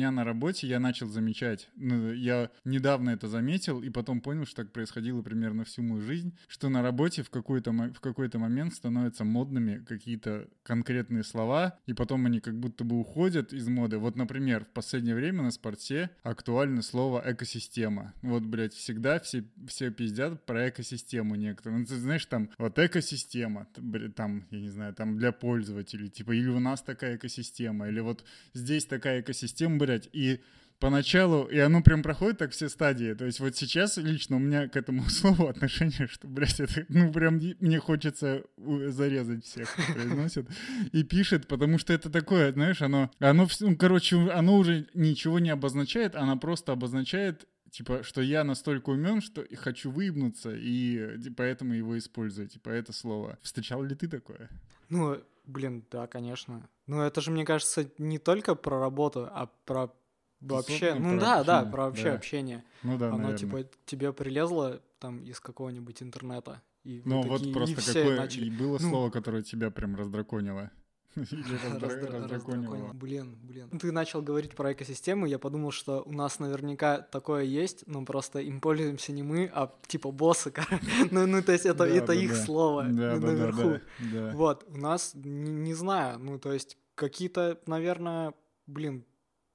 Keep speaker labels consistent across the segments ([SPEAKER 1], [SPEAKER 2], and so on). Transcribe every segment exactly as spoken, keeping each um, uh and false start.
[SPEAKER 1] меня на работе я начал замечать, ну, я недавно это заметил, и потом понял, что так происходило примерно всю мою жизнь, что на работе в какой-то, в какой-то момент становятся модными какие-то конкретные слова, и потом они как будто бы уходят из моды. Вот, например, в последнее время на спорте актуально слово «экосистема». Вот, блядь, всегда все, все пиздят про экосистему некоторые. Ну, ты знаешь, там, вот экосистема, там, я не знаю, там для пользователей, типа, или у нас такая экосистема, или вот здесь такая экосистема, блядь, и поначалу, и оно прям проходит так все стадии. То есть вот сейчас лично у меня к этому слову отношение, что, блядь, это, ну, прям мне хочется зарезать всех, кто произносит и пишет, потому что это такое, знаешь, оно, оно, ну, короче, оно уже ничего не обозначает, оно просто обозначает, типа, что я настолько умен, что хочу выебнуться, и поэтому его использую, типа, это слово. Встречал ли ты такое?
[SPEAKER 2] Ну, блин, да, конечно. Ну, это же, мне кажется, не только про работу, а про вообще... Ну, да, общение, да, про вообще да. общение.
[SPEAKER 1] Ну да,
[SPEAKER 2] Оно,
[SPEAKER 1] наверное.
[SPEAKER 2] типа, тебе прилезло там из какого-нибудь интернета. И
[SPEAKER 1] ну,
[SPEAKER 2] вот
[SPEAKER 1] вот
[SPEAKER 2] такие,
[SPEAKER 1] просто
[SPEAKER 2] и
[SPEAKER 1] какое
[SPEAKER 2] начали...
[SPEAKER 1] и было
[SPEAKER 2] ну,
[SPEAKER 1] слово, которое тебя прям раздраконило. Или раздра... раздраконило.
[SPEAKER 2] Блин, блин. Ты начал говорить про экосистему, я подумал, что у нас наверняка такое есть, но просто им пользуемся не мы, а типа боссы. ну, ну, то есть это, да, это да, их да. слово
[SPEAKER 1] да,
[SPEAKER 2] наверху.
[SPEAKER 1] Да, да, да.
[SPEAKER 2] Вот, у нас, не, не знаю, ну, то есть какие-то, наверное, блин,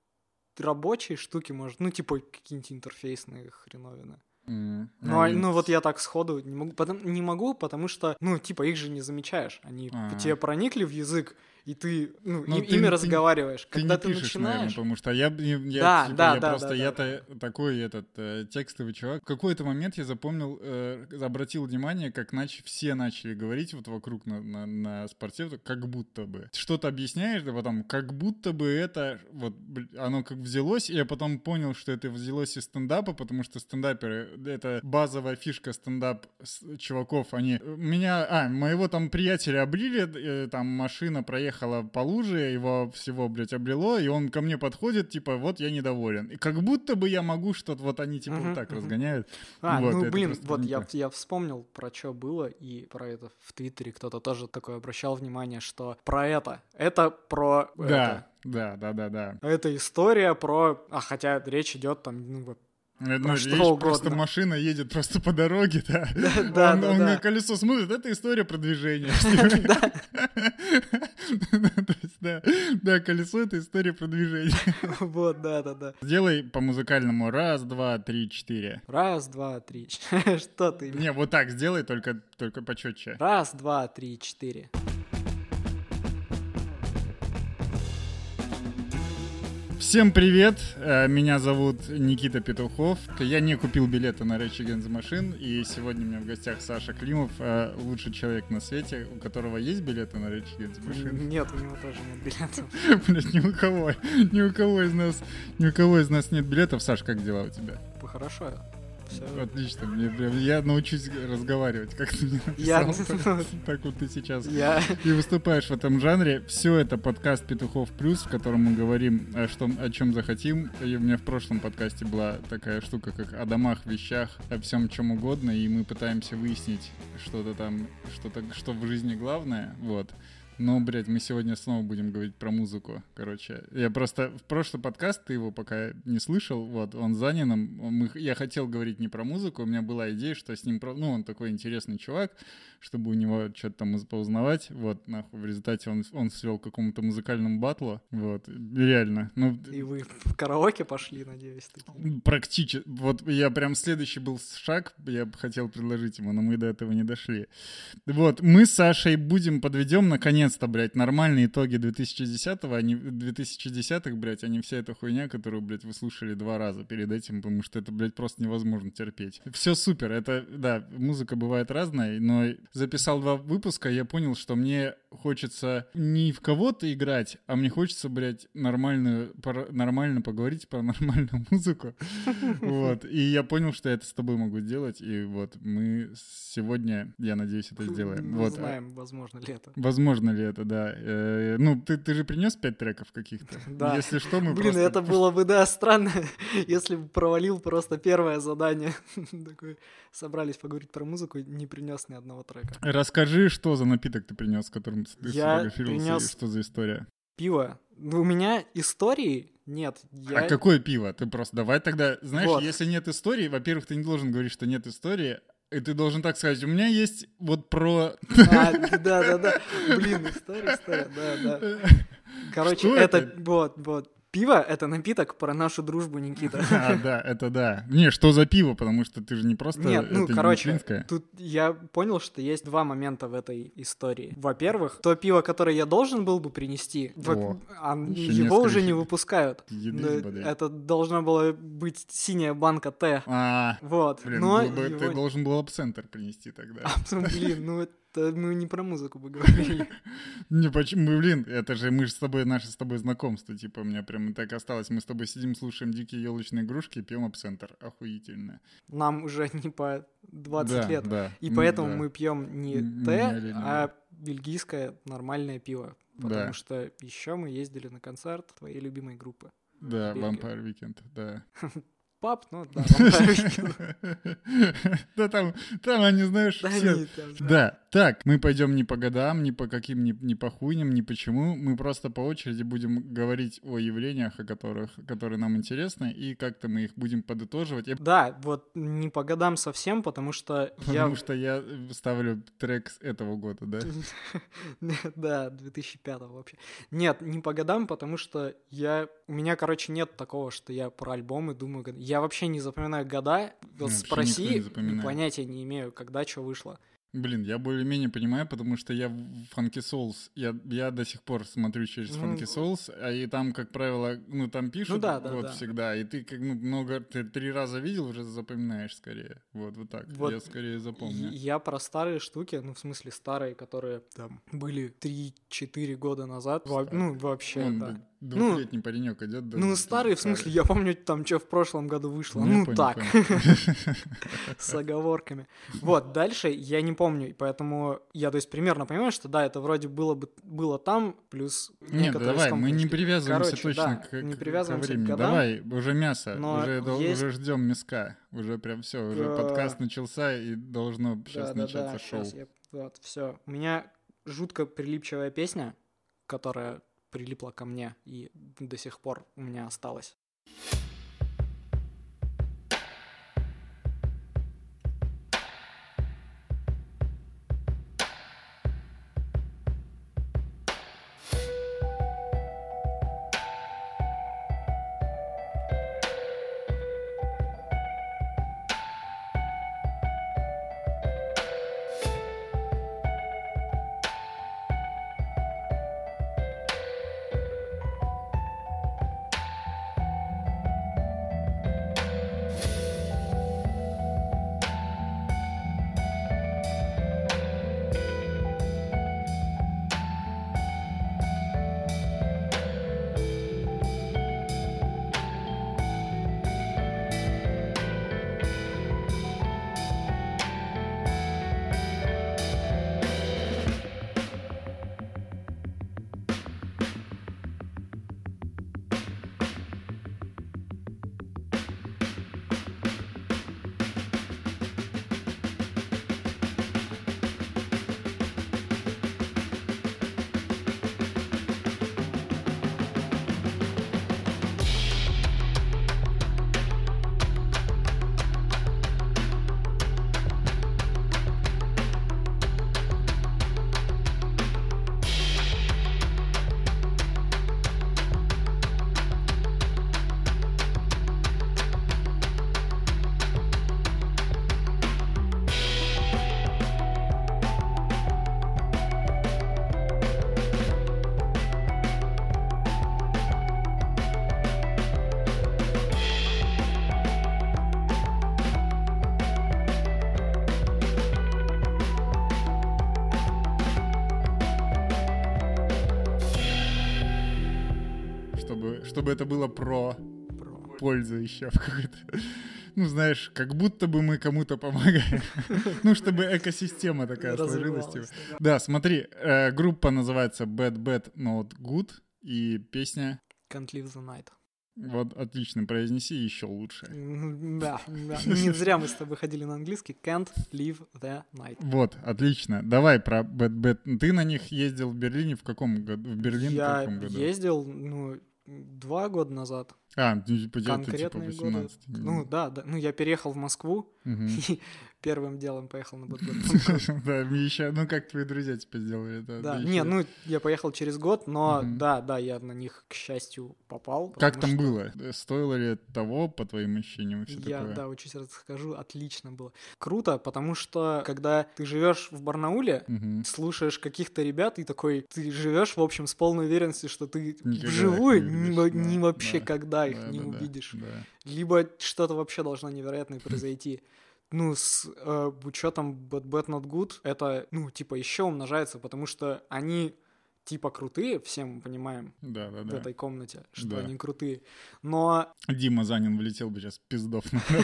[SPEAKER 2] рабочие штуки, может, ну, типа какие-нибудь интерфейсные хреновины.
[SPEAKER 1] Mm.
[SPEAKER 2] Ну, а, ну, вот я так сходу не могу, потому, не могу, потому что, ну, типа, их же не замечаешь. Они А-а-а. тебе проникли в язык, и ты, ну, и, ты, ими ты, разговариваешь.
[SPEAKER 1] Ты
[SPEAKER 2] Когда
[SPEAKER 1] не
[SPEAKER 2] ты
[SPEAKER 1] пишешь,
[SPEAKER 2] начинаешь...
[SPEAKER 1] наверное, потому что я, я,
[SPEAKER 2] да,
[SPEAKER 1] типа,
[SPEAKER 2] да,
[SPEAKER 1] я
[SPEAKER 2] да,
[SPEAKER 1] просто,
[SPEAKER 2] да,
[SPEAKER 1] я-то
[SPEAKER 2] да.
[SPEAKER 1] такой этот э, текстовый чувак. В какой-то момент я запомнил, э, обратил внимание, как нач... все начали говорить вот вокруг на, на, на спорте, как будто бы. Что-то объясняешь, да потом, как будто бы это, вот, оно как взялось, и я потом понял, что это взялось из стендапа, потому что стендаперы, это базовая фишка стендап чуваков, они... Меня, а, моего там приятеля облили, э, там машина проехала по луже, его всего, блядь, облило, и он ко мне подходит, типа, вот я недоволен. И как будто бы я могу что-то, вот они, типа, uh-huh, вот так uh-huh. разгоняют.
[SPEAKER 2] А, вот, ну, блин, вот я, я вспомнил, про что было, и про это в Твиттере кто-то тоже такое обращал внимание, что про это, это про
[SPEAKER 1] да,
[SPEAKER 2] это.
[SPEAKER 1] Да, да, да, да.
[SPEAKER 2] Это история про... А, хотя речь идет там, ну, вот,
[SPEAKER 1] Ну,
[SPEAKER 2] про что
[SPEAKER 1] речь
[SPEAKER 2] угодно.
[SPEAKER 1] Просто машина едет просто по дороге, да.
[SPEAKER 2] Да, да,
[SPEAKER 1] он,
[SPEAKER 2] да,
[SPEAKER 1] он
[SPEAKER 2] да.
[SPEAKER 1] на колесо смотрит, это история про движение. Да, колесо — это история про движение.
[SPEAKER 2] Вот, да, да, да.
[SPEAKER 1] Сделай по музыкальному раз, два, три, четыре.
[SPEAKER 2] Раз, два, три, четыре. Что ты?
[SPEAKER 1] Не, вот так сделай, только, только почетче.
[SPEAKER 2] Раз, два, три, четыре.
[SPEAKER 1] Всем привет, меня зовут Никита Петухов. Я не купил билеты на Rage Against the Machine, и сегодня у меня в гостях Саша Климов, лучший человек на свете, у которого есть билеты на Rage Against the Machine?
[SPEAKER 2] Нет, у него тоже нет билетов.
[SPEAKER 1] Блять, ни у кого, ни у кого из нас, ни у кого из нас нет билетов. Саш, как дела у тебя?
[SPEAKER 2] Хорошо. Все.
[SPEAKER 1] Отлично, мне прям, я научусь разговаривать, как ты мне написал. Я... Так вот ты сейчас
[SPEAKER 2] я...
[SPEAKER 1] и выступаешь в этом жанре. Все это подкаст Петухов Плюс, в котором мы говорим о, что, о чем захотим. И у меня в прошлом подкасте была такая штука, как о домах, вещах, о всем чем угодно, и мы пытаемся выяснить что-то там, что-то, что в жизни главное, вот. Но, блядь, мы сегодня снова будем говорить про музыку, короче. Я просто... В прошлый подкаст, ты его пока не слышал, вот, он с Занином. Мы, я хотел говорить не про музыку, у меня была идея, что с ним... Ну, он такой интересный чувак, чтобы у него что-то там поузнавать, вот, нахуй. В результате он, он свел к какому-то музыкальному батлу, вот, реально. Ну,
[SPEAKER 2] и вы в караоке пошли, надеюсь? Такие.
[SPEAKER 1] Практически. Вот я прям следующий был шаг, я бы хотел предложить ему, но мы до этого не дошли. Вот, мы с Сашей будем, подведем, наконец Наконец-то, блядь, нормальные итоги две тысячи десятого, а не две тысячи десятых, блядь, а не вся эта хуйня, которую, блядь, вы слушали два раза перед этим, потому что это, блядь, просто невозможно терпеть. Все супер, это, да, музыка бывает разная, но записал два выпуска, и я понял, что мне хочется не в кого-то играть, а мне хочется, блядь, нормальную, пор, нормально поговорить про нормальную музыку, вот, и я понял, что я это с тобой могу сделать, и вот мы сегодня, я надеюсь, это сделаем.
[SPEAKER 2] Мы знаем, возможно ли это.
[SPEAKER 1] Возможно ли это, да. Э, ну, ты, ты же принес пять треков каких-то?
[SPEAKER 2] Да.
[SPEAKER 1] Если что, мы
[SPEAKER 2] Блин,
[SPEAKER 1] просто...
[SPEAKER 2] это было бы, да, странно, если бы провалил просто первое задание. Такой, собрались поговорить про музыку, не принес ни одного трека.
[SPEAKER 1] Расскажи, что за напиток ты принес, с которым ты
[SPEAKER 2] Я
[SPEAKER 1] сфотографировался,
[SPEAKER 2] принес...
[SPEAKER 1] и что за история?
[SPEAKER 2] Пиво У меня истории нет. Я...
[SPEAKER 1] А какое пиво? Ты просто давай тогда... Знаешь,
[SPEAKER 2] вот.
[SPEAKER 1] Если нет истории, во-первых, ты не должен говорить, что нет истории, и ты должен так сказать, у меня есть вот про...
[SPEAKER 2] А, да-да-да. Блин, история, история, да-да. Короче,
[SPEAKER 1] Что
[SPEAKER 2] это...
[SPEAKER 1] это?
[SPEAKER 2] Вот, вот. Пиво — это напиток про нашу дружбу, Никита.
[SPEAKER 1] А, да, это да. Не, что за пиво? Потому что ты же не просто...
[SPEAKER 2] Нет, ну,
[SPEAKER 1] это не
[SPEAKER 2] короче,
[SPEAKER 1] мичуринское.
[SPEAKER 2] тут я понял, что есть два момента в этой истории. Во-первых, то пиво, которое я должен был бы принести, во- а
[SPEAKER 1] еще
[SPEAKER 2] его уже
[SPEAKER 1] несколько
[SPEAKER 2] не выпускают.
[SPEAKER 1] еды
[SPEAKER 2] Да,
[SPEAKER 1] бодрее.
[SPEAKER 2] это должна была быть синяя банка Т.
[SPEAKER 1] А,
[SPEAKER 2] Вот.
[SPEAKER 1] блин,
[SPEAKER 2] Но
[SPEAKER 1] было бы-
[SPEAKER 2] его-
[SPEAKER 1] ты должен был абсентер принести тогда.
[SPEAKER 2] А, блин, ну это мы не про музыку бы говорили.
[SPEAKER 1] Не, почему, блин, это же мы же с тобой, наше с тобой знакомство, типа, у меня прям так осталось. Мы с тобой сидим, слушаем дикие елочные игрушки и пьем абсентер. Охуительно.
[SPEAKER 2] Нам уже не по двадцать
[SPEAKER 1] Да,
[SPEAKER 2] лет.
[SPEAKER 1] да.
[SPEAKER 2] И
[SPEAKER 1] Ну
[SPEAKER 2] поэтому
[SPEAKER 1] да.
[SPEAKER 2] мы пьем не
[SPEAKER 1] М,
[SPEAKER 2] Т,
[SPEAKER 1] не оленевое.
[SPEAKER 2] а бельгийское нормальное пиво. Потому
[SPEAKER 1] Да.
[SPEAKER 2] что еще мы ездили на концерт твоей любимой группы.
[SPEAKER 1] Да,
[SPEAKER 2] Бельгия.
[SPEAKER 1] Vampire Weekend, да.
[SPEAKER 2] Пап, ну да, Vampire Weekend.
[SPEAKER 1] Да там, там они, знаешь,
[SPEAKER 2] Да,
[SPEAKER 1] все...
[SPEAKER 2] они там, да.
[SPEAKER 1] Да, так, мы пойдем не по годам, ни по каким, ни, ни по хуйням, ни почему. Мы просто по очереди будем говорить о явлениях, о которых, которые нам интересны, и как-то мы их будем подытоживать. И
[SPEAKER 2] Да, вот не по годам совсем, потому что
[SPEAKER 1] Потому
[SPEAKER 2] я...
[SPEAKER 1] что я ставлю трек с этого года, да?
[SPEAKER 2] Да, две тысячи пятого вообще. Нет, не по годам, потому что я... У меня, короче, нет такого, что я про альбомы думаю... год- Я вообще не запоминаю года. Вот
[SPEAKER 1] Вообще
[SPEAKER 2] спроси,
[SPEAKER 1] никто не запоминает.
[SPEAKER 2] понятия не имею, когда что вышло.
[SPEAKER 1] Блин, я более-менее понимаю, потому что я в Funky Souls, я, я до сих пор смотрю через
[SPEAKER 2] Ну,
[SPEAKER 1] Funky Souls, а и там, как правило, ну там пишут
[SPEAKER 2] Ну да, да,
[SPEAKER 1] вот
[SPEAKER 2] да.
[SPEAKER 1] всегда, и ты как ну, много, ты три раза видел, уже запоминаешь скорее. Вот, вот так.
[SPEAKER 2] Вот
[SPEAKER 1] Я скорее запомню.
[SPEAKER 2] И- Я про старые штуки, ну, в смысле, старые, которые там были три-четыре года назад. Во-
[SPEAKER 1] Старые.
[SPEAKER 2] Ну, вообще,
[SPEAKER 1] Вон,
[SPEAKER 2] да.
[SPEAKER 1] д- двухлетний паренек идет. да,
[SPEAKER 2] Ну, старые, в смысле, я помню, там, что в прошлом году вышло.
[SPEAKER 1] Ну, я
[SPEAKER 2] Ну,
[SPEAKER 1] понял,
[SPEAKER 2] так,
[SPEAKER 1] понял.
[SPEAKER 2] с оговорками. Вот, дальше я не помню, и поэтому я, то есть, примерно понимаю, что да, это вроде было бы было там, плюс
[SPEAKER 1] Нет,
[SPEAKER 2] некоторые
[SPEAKER 1] давай, мы не
[SPEAKER 2] скомкнучки.
[SPEAKER 1] привязываемся
[SPEAKER 2] Короче,
[SPEAKER 1] точно
[SPEAKER 2] да,
[SPEAKER 1] к,
[SPEAKER 2] не
[SPEAKER 1] к-
[SPEAKER 2] привязываемся
[SPEAKER 1] ко
[SPEAKER 2] к
[SPEAKER 1] времени.
[SPEAKER 2] годам,
[SPEAKER 1] Давай, уже мясо,
[SPEAKER 2] но
[SPEAKER 1] уже, дол-
[SPEAKER 2] есть-
[SPEAKER 1] уже ждем мяска. Уже прям все, уже
[SPEAKER 2] Да.
[SPEAKER 1] подкаст начался и должно сейчас
[SPEAKER 2] Да, да,
[SPEAKER 1] начаться
[SPEAKER 2] да,
[SPEAKER 1] шоу.
[SPEAKER 2] щас я- вот, все. У меня жутко прилипчивая песня, которая прилипла ко мне и до сих пор у меня осталась.
[SPEAKER 1] Чтобы, чтобы это было про
[SPEAKER 2] Про.
[SPEAKER 1] пользу еще в какой-то. Ну, знаешь, как будто бы мы кому-то помогаем. Ну, чтобы экосистема такая сложилась. типа.
[SPEAKER 2] Развивалась, да.
[SPEAKER 1] Да, смотри, э, группа называется Bad Bad Not Good, и песня...
[SPEAKER 2] Can't Live the Night.
[SPEAKER 1] Вот, отлично, произнеси еще лучше.
[SPEAKER 2] Да, да. Не зря мы с тобой ходили на английский. Can't live the night.
[SPEAKER 1] Вот, отлично. Давай про Bad Bad. Ты на них ездил в Берлине в каком году? В Берлин в каком году?
[SPEAKER 2] Я ездил, ну, два года назад.
[SPEAKER 1] А, типа,
[SPEAKER 2] конкретные
[SPEAKER 1] типа восемнадцать.
[SPEAKER 2] Годы. Ну, да, да. Ну, я переехал в Москву,
[SPEAKER 1] угу.
[SPEAKER 2] и первым делом поехал на Bad Bad.
[SPEAKER 1] Да, еще, ну, как твои друзья тебя сделали.
[SPEAKER 2] Да, не, ну, я поехал через год, но, да, да, я на них, к счастью, попал.
[SPEAKER 1] Как там было? Стоило ли того, по твоим ощущениям?
[SPEAKER 2] Я, да, вот сейчас расскажу, отлично было. Круто, потому что, когда ты живешь в Барнауле, слушаешь каких-то ребят, и такой, ты живешь, в общем, с полной уверенностью, что ты вживую ни вообще когда их не увидишь. Либо что-то вообще должно невероятное произойти. Ну, с э, учетом Bad Bad Not Good, это, ну, типа, еще умножается, потому что они, типа, крутые, все мы понимаем,
[SPEAKER 1] да, да,
[SPEAKER 2] в
[SPEAKER 1] да.
[SPEAKER 2] этой комнате, что
[SPEAKER 1] да.
[SPEAKER 2] они крутые, но...
[SPEAKER 1] Дима Занин влетел бы сейчас пиздов.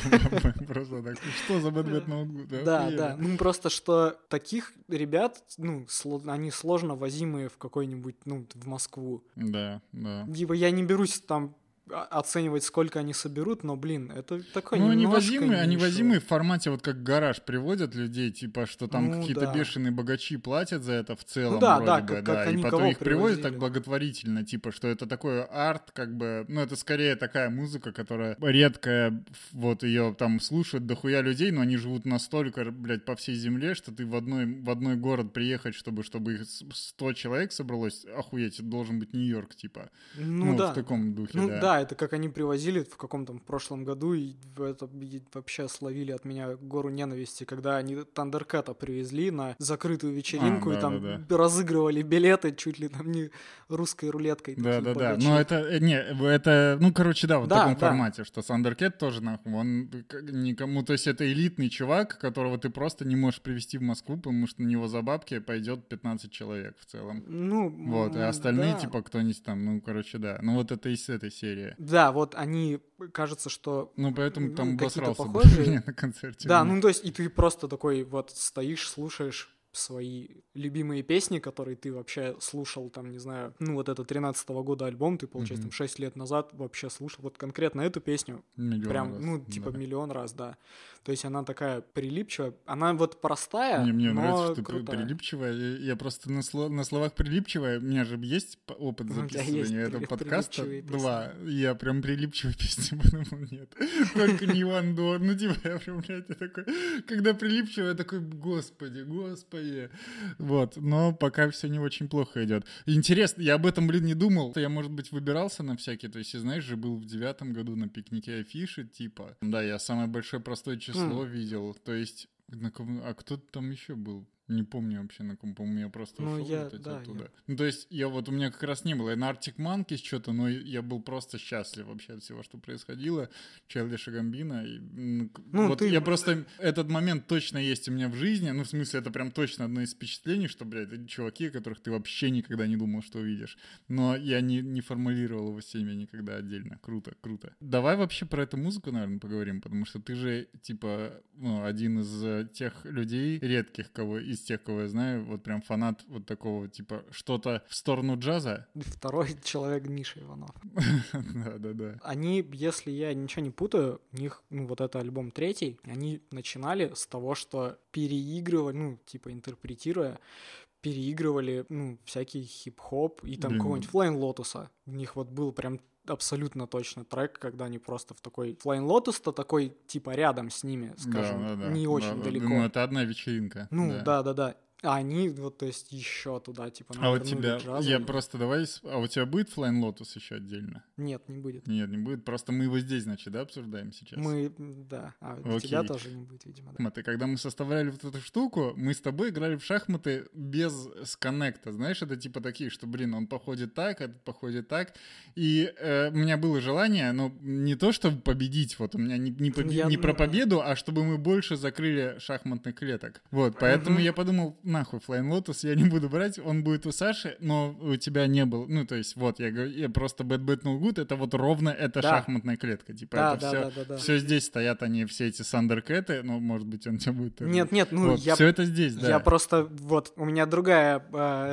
[SPEAKER 1] Просто так, что за Bad Bad Not Good?
[SPEAKER 2] Да, да, ну, просто что таких ребят, ну, они сложно возимые в какой-нибудь, ну, в Москву.
[SPEAKER 1] Да, да.
[SPEAKER 2] Типа, я не берусь там оценивать, сколько они соберут, но, блин, это такое
[SPEAKER 1] ну,
[SPEAKER 2] немножко...
[SPEAKER 1] Ну, они возимые, они возимые в формате, вот как гараж приводят людей, типа, что там ну, какие-то да. бешеные богачи платят за это в целом,
[SPEAKER 2] ну, да,
[SPEAKER 1] вроде
[SPEAKER 2] да,
[SPEAKER 1] бы,
[SPEAKER 2] как,
[SPEAKER 1] да,
[SPEAKER 2] как
[SPEAKER 1] и потом их
[SPEAKER 2] привозили.
[SPEAKER 1] приводят так благотворительно, типа, что это такой арт, как бы, ну, это скорее такая музыка, которая редкая, вот ее там слушают дохуя людей, но они живут настолько, блядь, по всей земле, что ты в одной, в одной город приехать, чтобы, чтобы их сто человек собралось, охуеть, это должен быть Нью-Йорк, типа,
[SPEAKER 2] ну,
[SPEAKER 1] ну
[SPEAKER 2] да.
[SPEAKER 1] в таком духе,
[SPEAKER 2] ну,
[SPEAKER 1] да.
[SPEAKER 2] да, это как они привозили в каком-то прошлом году, и это и вообще словили от меня гору ненависти, когда они Thundercat'а привезли на закрытую вечеринку,
[SPEAKER 1] а, да,
[SPEAKER 2] и там
[SPEAKER 1] да, да.
[SPEAKER 2] разыгрывали билеты чуть ли там не русской рулеткой.
[SPEAKER 1] Да, да, да. Но это, не, это, ну, короче, да, вот да, в таком да. формате, что Thundercat тоже, нахуй, он никому, то есть это элитный чувак, которого ты просто не можешь привезти в Москву, потому что на него за бабки пойдет пятнадцать человек в целом.
[SPEAKER 2] Ну,
[SPEAKER 1] вот, и остальные,
[SPEAKER 2] да.
[SPEAKER 1] типа, кто-нибудь там, ну, короче, да. Ну, вот это из этой серии.
[SPEAKER 2] Да, вот они, кажется, что...
[SPEAKER 1] Ну, поэтому там
[SPEAKER 2] ну,
[SPEAKER 1] обосрался
[SPEAKER 2] похожие.
[SPEAKER 1] на концерте.
[SPEAKER 2] Да, ну, то есть, и ты просто такой вот стоишь, слушаешь свои любимые песни, которые ты вообще слушал, там, не знаю, ну, вот это тринадцатого года альбом, ты, получается, mm-hmm. там, шесть лет назад вообще слушал вот конкретно эту песню.
[SPEAKER 1] Миллион
[SPEAKER 2] прям,
[SPEAKER 1] раз.
[SPEAKER 2] ну, типа,
[SPEAKER 1] да.
[SPEAKER 2] миллион раз, да. То есть она такая прилипчивая, она вот простая,
[SPEAKER 1] Мне, мне
[SPEAKER 2] но
[SPEAKER 1] нравится, что
[SPEAKER 2] крутая.
[SPEAKER 1] ты прилипчивая. Я, я просто на, сло, на словах прилипчивая, у меня же есть опыт записывания этого подкаста. Два. Я прям прилипчивая песня подумал, нет. Только не One Door. Ну, типа, я прям, блядь, я такой... Когда прилипчивая, я такой, господи, господи. Вот, но пока все не очень плохо идет. Интересно, я об этом, блин, не думал. Я, может быть, выбирался на всякие, то есть, знаешь же, был в девятом году на пикнике афиши, типа. Да, я самое большое простое число mm. видел, то есть, на ком... а кто там еще был? Не помню вообще, на ком, по-моему, я просто
[SPEAKER 2] ну,
[SPEAKER 1] ушел
[SPEAKER 2] я,
[SPEAKER 1] вот
[SPEAKER 2] да,
[SPEAKER 1] оттуда.
[SPEAKER 2] Я...
[SPEAKER 1] Ну, то есть, я вот, у меня как раз не было. Я на Arctic Monkeys что-то, но я был просто счастлив вообще от всего, что происходило. Чайлдиша Гамбино. И, ну, вот ты... я просто... Этот момент точно есть у меня в жизни. Ну, в смысле, это прям точно одно из впечатлений, что, блядь, это чуваки, которых ты вообще никогда не думал, что увидишь. Но я не, не формулировал его себе никогда отдельно. Круто, круто. Давай вообще про эту музыку, наверное, поговорим, потому что ты же, типа, ну, один из тех людей, редких, кого из тех, кого я знаю, вот прям фанат вот такого, типа, что-то в сторону джаза.
[SPEAKER 2] Второй человек Миша Иванов.
[SPEAKER 1] Да-да-да.
[SPEAKER 2] Они, если я ничего не путаю, у них, ну, вот это альбом третий, они начинали с того, что переигрывали, ну, типа, интерпретируя, переигрывали, ну, всякий хип-хоп и там какого-нибудь Flying Lotus'а. У них вот был прям абсолютно точно трек, когда они просто в такой... Flying Lotus-то такой, типа, рядом с ними, скажем,
[SPEAKER 1] да, да, да.
[SPEAKER 2] не очень
[SPEAKER 1] да,
[SPEAKER 2] далеко.
[SPEAKER 1] Ну, это одна вечеринка.
[SPEAKER 2] Ну, да-да-да. А они, вот, то есть, еще туда, типа,
[SPEAKER 1] а у тебя,
[SPEAKER 2] джазом.
[SPEAKER 1] я просто давай, а у тебя будет Flying Lotus еще отдельно?
[SPEAKER 2] Нет, не будет.
[SPEAKER 1] Нет, не будет, просто мы его здесь, значит, да, обсуждаем сейчас?
[SPEAKER 2] Мы, да, а у тебя тоже не будет, видимо, да.
[SPEAKER 1] Шахматы, когда мы составляли вот эту штуку, мы с тобой играли в шахматы без сконнекта, знаешь, это типа такие, что, блин, он походит так, этот походит так, и э, у меня было желание, но не то, чтобы победить, вот, у меня не, не, побед... я... не про победу, а чтобы мы больше закрыли шахматных клеток, вот, поэтому uh-huh. я подумал, нахуй, Flying Lotus я не буду брать, он будет у Саши, но у тебя не было. Ну, то есть, вот, я говорю, я просто Bad Bad No Good, это вот ровно эта да. шахматная клетка. Типа,
[SPEAKER 2] да,
[SPEAKER 1] это
[SPEAKER 2] да,
[SPEAKER 1] все,
[SPEAKER 2] да, да, да.
[SPEAKER 1] все здесь стоят они, все эти Thundercat'ы, ну, может быть, он у тебя будет...
[SPEAKER 2] Нет, нет, ну,
[SPEAKER 1] вот,
[SPEAKER 2] я...
[SPEAKER 1] Все это здесь, да.
[SPEAKER 2] Я просто, вот, у меня другая, э, это...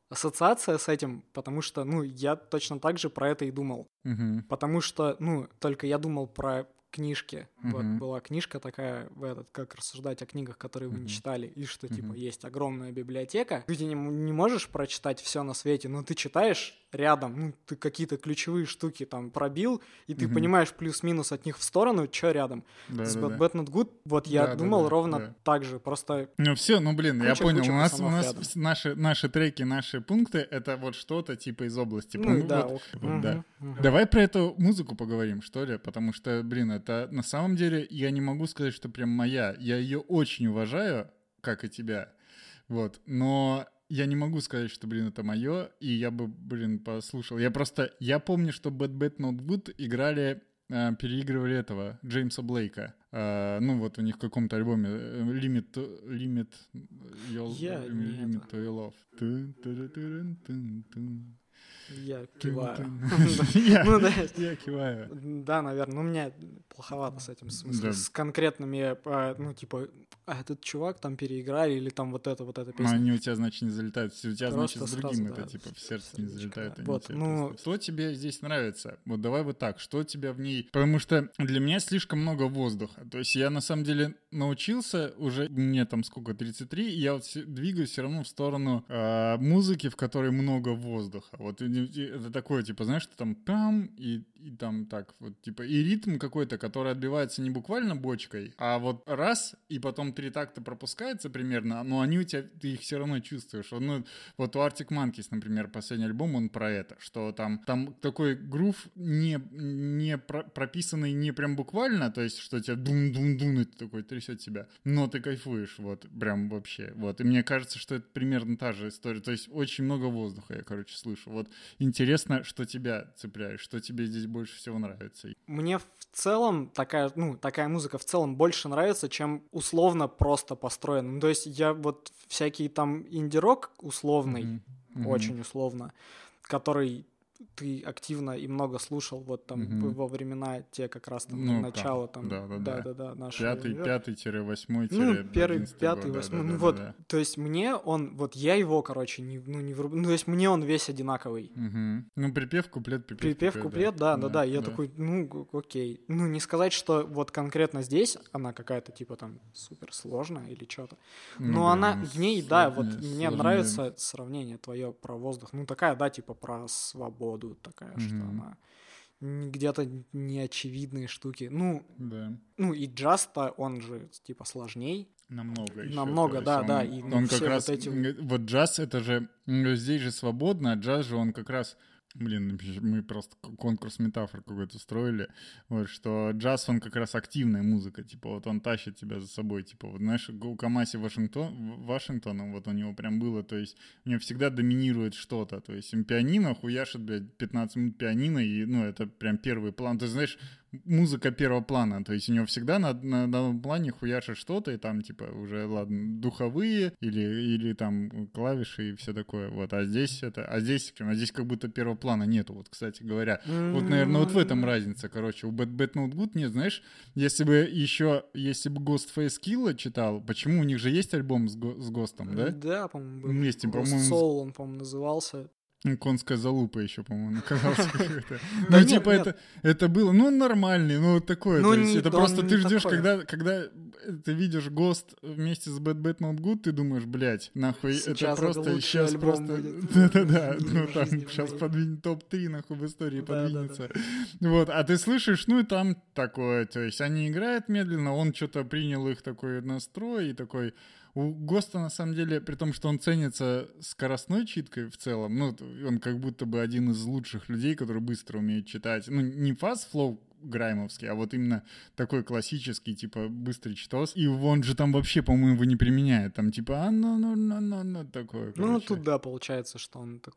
[SPEAKER 2] ассоциация с этим, потому что, ну, я точно так же про это и думал.
[SPEAKER 1] Uh-huh.
[SPEAKER 2] Потому что, ну, только я думал про книжки.
[SPEAKER 1] Uh-huh.
[SPEAKER 2] Вот была книжка такая, в этот, как рассуждать о книгах, которые вы uh-huh. не читали, и что, uh-huh. типа, есть огромная библиотека. Ты не, не можешь прочитать все на свете, но ты читаешь рядом, ну, ты какие-то ключевые штуки там пробил, и ты uh-huh. понимаешь плюс-минус от них в сторону, что рядом.
[SPEAKER 1] Да,
[SPEAKER 2] с
[SPEAKER 1] да,
[SPEAKER 2] Bad,
[SPEAKER 1] да.
[SPEAKER 2] Bad Not Good, вот я
[SPEAKER 1] да,
[SPEAKER 2] думал
[SPEAKER 1] да, да,
[SPEAKER 2] ровно
[SPEAKER 1] да.
[SPEAKER 2] так же, просто...
[SPEAKER 1] Ну все, ну блин,
[SPEAKER 2] куча,
[SPEAKER 1] я понял,
[SPEAKER 2] куча
[SPEAKER 1] у нас, у нас
[SPEAKER 2] рядом.
[SPEAKER 1] наши, наши треки, наши пункты, это вот что-то типа из области.
[SPEAKER 2] Ну,
[SPEAKER 1] вот,
[SPEAKER 2] да,
[SPEAKER 1] вот,
[SPEAKER 2] ок.
[SPEAKER 1] вот,
[SPEAKER 2] угу,
[SPEAKER 1] да.
[SPEAKER 2] угу.
[SPEAKER 1] Давай про эту музыку поговорим, что ли, потому что, блин, это на самом деле, я не могу сказать, что прям моя, я ее очень уважаю, как и тебя, вот, но... Я не могу сказать, что, блин, это мое, и я бы, блин, послушал. Я просто, я помню, что Bad Bad Not Good играли, э, переигрывали этого, Джеймса Блейка. Э, ну, вот у них в каком-то альбоме Limit, Limit, your,
[SPEAKER 2] я
[SPEAKER 1] Limit to Your Love.
[SPEAKER 2] Я киваю.
[SPEAKER 1] Я киваю.
[SPEAKER 2] Да, наверное. Ну, у меня плоховато с этим, в смысле, с конкретными, ну, типа, а этот чувак там переиграли, или там вот это, вот эта песня.
[SPEAKER 1] Они у тебя, значит, не залетают. У тебя, значит, с другим это, типа, в сердце не залетают.
[SPEAKER 2] Вот, ну...
[SPEAKER 1] Что тебе здесь нравится? Вот давай вот так. Что тебя в ней... Потому что для меня слишком много воздуха. То есть я, на самом деле, научился уже... Мне там сколько? тридцать три. И я вот двигаюсь все равно в сторону музыки, в которой много воздуха. Вот это такое, типа, знаешь, что там пам, и, и там так вот, типа, и ритм какой-то, который отбивается не буквально бочкой, а вот раз, и потом три такта пропускается примерно, но они у тебя, ты их все равно чувствуешь. Ну, вот у Arctic Monkeys, например, последний альбом, он про это, что там, там такой грув не, не про, прописанный не прям буквально, то есть, что тебя дум-дум-дум, и ты такой трясет тебя, но ты кайфуешь, вот, прям вообще, вот. И мне кажется, что это примерно та же история, то есть очень много воздуха я, короче, слышу, вот. Интересно, что тебя цепляет, что тебе здесь больше всего нравится.
[SPEAKER 2] Мне в целом такая, ну, такая музыка в целом больше нравится, чем условно просто построена. Ну, то есть я вот всякий там инди-рок условный, mm-hmm. Mm-hmm. очень условно, который ты активно и много слушал вот там mm-hmm. во времена те как раз там ну, начала там
[SPEAKER 1] да да да,
[SPEAKER 2] да, да, нашего
[SPEAKER 1] пятый пятый тире восьмой
[SPEAKER 2] ну первый пятый восьмой ну да, вот да, да. То есть мне он вот я его короче не ну не вруб... ну то есть мне он весь одинаковый
[SPEAKER 1] mm-hmm. ну припев куплет припев
[SPEAKER 2] припев куплет, куплет да да да, да. я да. такой ну окей ну не сказать что вот конкретно здесь она какая-то типа там супер сложная или что-то ну, но да, она ну, в ней да вот сложнее. Мне нравится сравнение твое про воздух ну такая да типа про свободу такая, mm-hmm. что она где-то неочевидные штуки. Ну,
[SPEAKER 1] да.
[SPEAKER 2] ну и джаз-то, он же типа сложней.
[SPEAKER 1] Намного еще.
[SPEAKER 2] Намного, да,
[SPEAKER 1] он,
[SPEAKER 2] да. И
[SPEAKER 1] он как раз,
[SPEAKER 2] вот, эти...
[SPEAKER 1] вот джаз, это же, здесь же свободно, а джаз же он как раз... Блин, мы просто конкурс метафор какой-то строили, вот, что джаз, он как раз активная музыка, типа, вот он тащит тебя за собой, типа, вот, знаешь, у Камаси Вашингтон, Вашингтоном, вот у него прям было, то есть у него всегда доминирует что-то, то есть им пианино хуяшит, блядь, пятнадцать минут пианино, и, ну, это прям первый план, ты знаешь, музыка первого плана, то есть у него всегда на, на, на данном плане хуяшит что-то, и там, типа, уже, ладно, духовые или, или там клавиши и все такое, вот, а здесь это, а здесь, а здесь как будто первого плана нету, вот, кстати говоря. Mm-hmm. Вот, наверное, вот в этом разница, короче, у Bad Bad Not Good нет, знаешь, если бы еще, если бы Ghostface Killah читал, почему у них же есть альбом с, го- с Гостом, да?
[SPEAKER 2] Да, по-моему, был.
[SPEAKER 1] Вместе,
[SPEAKER 2] Ghost
[SPEAKER 1] по-моему.
[SPEAKER 2] Soul он, по-моему, назывался.
[SPEAKER 1] Конская залупа еще, по-моему, наказался какой-то. Ну, типа, это, это было, ну, нормальный, ну, такое. То есть, это просто ты ждешь, когда, когда ты видишь ГОСТ вместе с Bad Bad Not Good, ты думаешь, блядь, нахуй, это просто сейчас просто... Да-да-да, ну, там сейчас подвинет топ-три, нахуй, в истории подвинется. Вот, а ты слышишь, ну, и там такое, то есть, они играют медленно, он что-то принял их такой настрой и такой... У Госта, на самом деле, при том, что он ценится скоростной читкой в целом, ну, он как будто бы один из лучших людей, который быстро умеет читать. Ну, не фаст-флоу граймовский, а вот именно такой классический, типа, быстрый читос. И он же там вообще, по-моему, его не применяет. Там, типа, а ну ну ну ну ну такое, короче.
[SPEAKER 2] Ну, тут, да, получается, что он такой...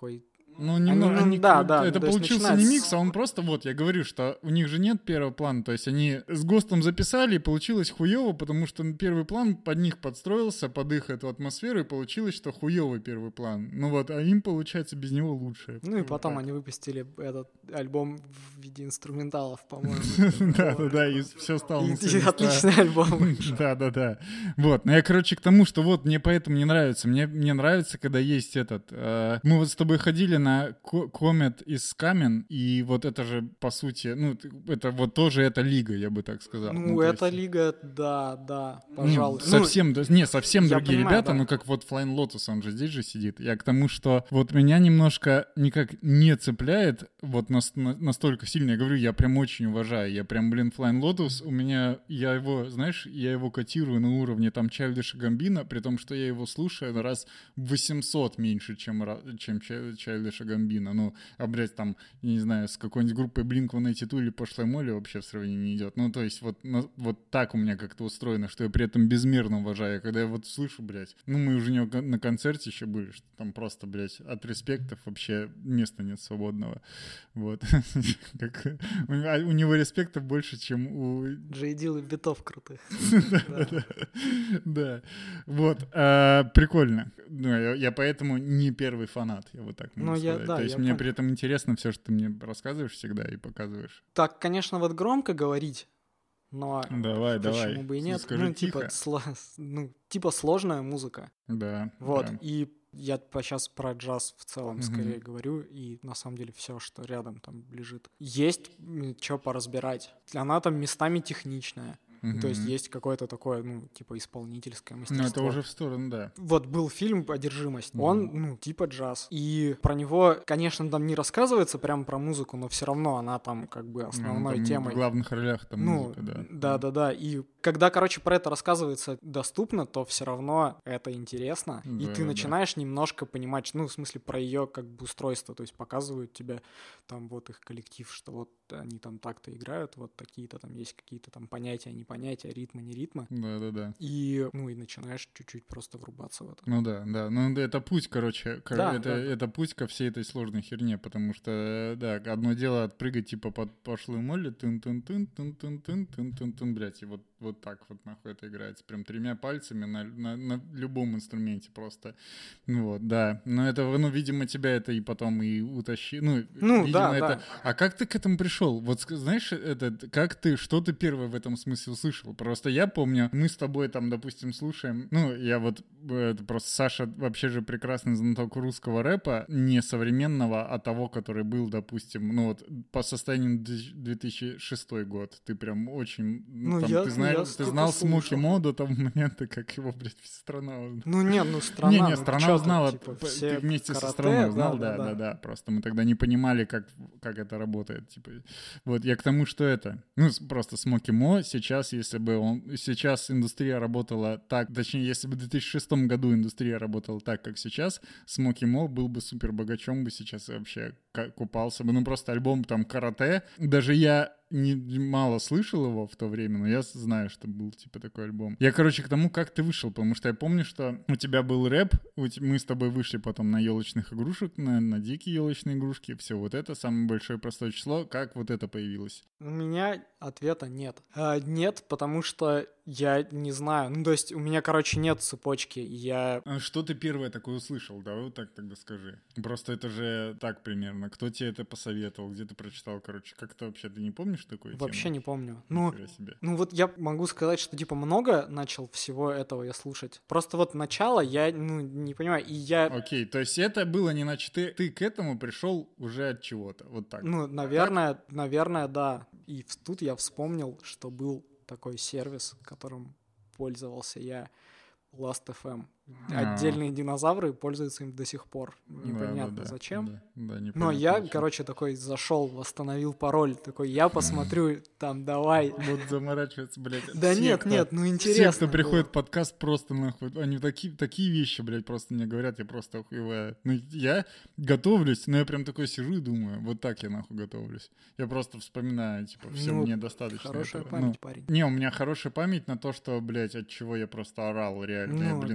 [SPEAKER 1] Ну, немного,
[SPEAKER 2] они,
[SPEAKER 1] они,
[SPEAKER 2] да, да,
[SPEAKER 1] это получился не микс, а он просто, вот, я говорю, что у них же нет первого плана, то есть они с ГОСТом записали, и получилось хуёво, потому что первый план под них подстроился, под их эту атмосферу, и получилось, что хуёвый первый план. Ну вот, а им, получается, без него лучше.
[SPEAKER 2] Ну и потом они выпустили этот альбом в виде инструменталов, по-моему.
[SPEAKER 1] Да-да-да, и все стало на свои места.
[SPEAKER 2] Отличный альбом.
[SPEAKER 1] Да-да-да. Вот, ну я, короче, к тому, что вот, мне поэтому не нравится. Мне нравится, когда есть этот... Мы вот с тобой ходили на Comet is Coming, и вот это же, по сути, ну, это вот тоже эта лига, я бы так сказал.
[SPEAKER 2] Ну,
[SPEAKER 1] ну
[SPEAKER 2] эта
[SPEAKER 1] есть...
[SPEAKER 2] лига, да, да, пожалуй.
[SPEAKER 1] Не, совсем, ну, не, совсем другие
[SPEAKER 2] понимаю,
[SPEAKER 1] ребята,
[SPEAKER 2] да.
[SPEAKER 1] ну, как вот Flying Lotus, он же здесь же сидит. Я к тому, что вот меня немножко никак не цепляет вот нас, на, настолько сильно. Я говорю, я прям очень уважаю. Я прям, блин, Flying Lotus, у меня, я его, знаешь, я его котирую на уровне там Childish Gambino, при том, что я его слушаю раз в восемьсот меньше, чем, чем Childish Gambino. Ну, а, блядь, там, я не знаю, с какой-нибудь группой блинк ван эйти ту или Пошлой Молли вообще в сравнении не идет. Ну, то есть вот, ну, вот так у меня как-то устроено, что я при этом безмерно уважаю. Когда я вот слышу, блядь, ну, мы уже не на концерте еще были, что там просто, блядь, от респектов вообще места нет свободного. Вот. У него респектов больше, чем у...
[SPEAKER 2] Джей Дилл и битов крутых.
[SPEAKER 1] Да. Вот. Прикольно. Я поэтому не первый фанат, я вот так могу сказать. То есть мне при этом интересно все, что ты мне рассказываешь всегда и показываешь.
[SPEAKER 2] Так, конечно, вот громко говорить, но
[SPEAKER 1] давай,
[SPEAKER 2] почему
[SPEAKER 1] давай.
[SPEAKER 2] бы и нет?
[SPEAKER 1] Скажи
[SPEAKER 2] ну, типа, сло... ну, типа сложная музыка.
[SPEAKER 1] Да.
[SPEAKER 2] Вот,
[SPEAKER 1] да.
[SPEAKER 2] и я сейчас про джаз в целом mm-hmm. скорее говорю, и на самом деле все, что рядом там лежит. Есть что поразбирать. Она там местами техничная. Uh-huh. То есть есть какое-то такое, ну, типа, исполнительское мастерство.
[SPEAKER 1] Ну, это уже в сторону, да.
[SPEAKER 2] Вот был фильм «Одержимость». Uh-huh. Он, ну, типа джаз. И про него, конечно, там не рассказывается прямо про музыку, но все равно она там как бы основной
[SPEAKER 1] ну,
[SPEAKER 2] темой.
[SPEAKER 1] В главных ролях там
[SPEAKER 2] ну,
[SPEAKER 1] музыка, да.
[SPEAKER 2] Да-да-да. И когда, короче, про это рассказывается доступно, то все равно это интересно. Да, и ты да. начинаешь немножко понимать, ну, в смысле, про ее как бы устройство. То есть показывают тебе там вот их коллектив, что вот они там так-то играют, вот такие-то там есть какие-то там понятия, непонятия, ритма, не ритма.
[SPEAKER 1] Да-да-да.
[SPEAKER 2] И, ну, и начинаешь чуть-чуть просто врубаться в это.
[SPEAKER 1] Ну да, да. Ну это путь, короче, к...
[SPEAKER 2] да,
[SPEAKER 1] это,
[SPEAKER 2] да.
[SPEAKER 1] это путь ко всей этой сложной херне, потому что, да, одно дело отпрыгать типа под пошлую молли, тын-тын-тын-тын-тын-тын-тын-тын, блядь, и вот, вот так вот нахуй это играется, прям тремя пальцами на, на, на любом инструменте просто. Ну вот, да. Но это, ну, видимо, тебя это и потом и утащи, ну,
[SPEAKER 2] ну
[SPEAKER 1] видимо,
[SPEAKER 2] да,
[SPEAKER 1] это...
[SPEAKER 2] да.
[SPEAKER 1] А как ты к этому пришел? Вот, знаешь, это, как ты, что ты первое в этом смысле услышал? Просто я помню, мы с тобой там, допустим, слушаем, ну, я вот, это просто Саша вообще же прекрасный знаток русского рэпа, не современного, а того, который был, допустим, ну вот, по состоянию две тысячи шестой год. Ты прям очень,
[SPEAKER 2] ну,
[SPEAKER 1] там,
[SPEAKER 2] я,
[SPEAKER 1] ты, знаешь,
[SPEAKER 2] я
[SPEAKER 1] ты знал Смоки Мо до того момента, как его, блядь, страна...
[SPEAKER 2] Ну, нет, ну, страна...
[SPEAKER 1] Не-не,
[SPEAKER 2] ну,
[SPEAKER 1] страна узнала,
[SPEAKER 2] типа,
[SPEAKER 1] ты вместе
[SPEAKER 2] карате,
[SPEAKER 1] со страной узнал,
[SPEAKER 2] да,
[SPEAKER 1] да,
[SPEAKER 2] да,
[SPEAKER 1] да, да, просто мы тогда не понимали, как, как это работает, типа, вот, я к тому, что это, ну, просто Смоки Мо сейчас, если бы он, сейчас индустрия работала так, точнее, если бы в две тысячи шестом году индустрия работала так, как сейчас, Смоки Мо был бы супер богачом бы сейчас вообще купался бы, ну, просто альбом там «Карате», даже я не мало слышал его в то время, но я знаю, что был типа такой альбом. Я, короче, к тому, как ты вышел, потому что я помню, что у тебя был рэп, мы с тобой вышли потом на елочных игрушек, на, на дикие елочные игрушки, все вот это, самое большое простое число. Как вот это появилось?
[SPEAKER 2] У меня ответа нет. А, нет, потому что я не знаю. Ну, то есть у меня, короче, нет цепочки. Я...
[SPEAKER 1] А что ты первое такое услышал? Давай вот так тогда скажи. Просто это же так примерно. Кто тебе это посоветовал? Где ты прочитал? Короче, как это вообще? Ты не помнишь такой темы?
[SPEAKER 2] Вообще не помню. Ну,
[SPEAKER 1] себе.
[SPEAKER 2] ну, вот я могу сказать, что, типа, много начал всего этого я слушать. Просто вот начало я, ну, не понимаю. И я...
[SPEAKER 1] Окей, то есть это было не значит... Ты, ты к этому пришел уже от чего-то. Вот так.
[SPEAKER 2] Ну, наверное, так? наверное, да. И тут я вспомнил, что был такой сервис, которым пользовался я, Last эф эм.
[SPEAKER 1] А-а-а.
[SPEAKER 2] Отдельные динозавры пользуются им до сих пор. Непонятно
[SPEAKER 1] да, да,
[SPEAKER 2] зачем.
[SPEAKER 1] Да, да, непонятно
[SPEAKER 2] Но я,
[SPEAKER 1] зачем.
[SPEAKER 2] короче, такой зашел, восстановил пароль. Такой, я посмотрю, там, давай.
[SPEAKER 1] Вот заморачиваться, блядь.
[SPEAKER 2] Да
[SPEAKER 1] все,
[SPEAKER 2] нет,
[SPEAKER 1] кто,
[SPEAKER 2] нет, ну интересно.
[SPEAKER 1] Все, кто приходит в подкаст, просто нахуй. Они такие, такие вещи, блядь, просто мне говорят, я просто охуеваю. Ну, я готовлюсь, но я прям такой сижу и думаю, вот так я нахуй готовлюсь. Я просто вспоминаю, типа, все, ну, мне достаточно.
[SPEAKER 2] Хорошая
[SPEAKER 1] этого.
[SPEAKER 2] память,
[SPEAKER 1] ну,
[SPEAKER 2] парень.
[SPEAKER 1] Не, у меня хорошая память на то, что, блядь, от чего я просто орал, реально.
[SPEAKER 2] Ну,
[SPEAKER 1] я, блин, я,
[SPEAKER 2] я
[SPEAKER 1] прям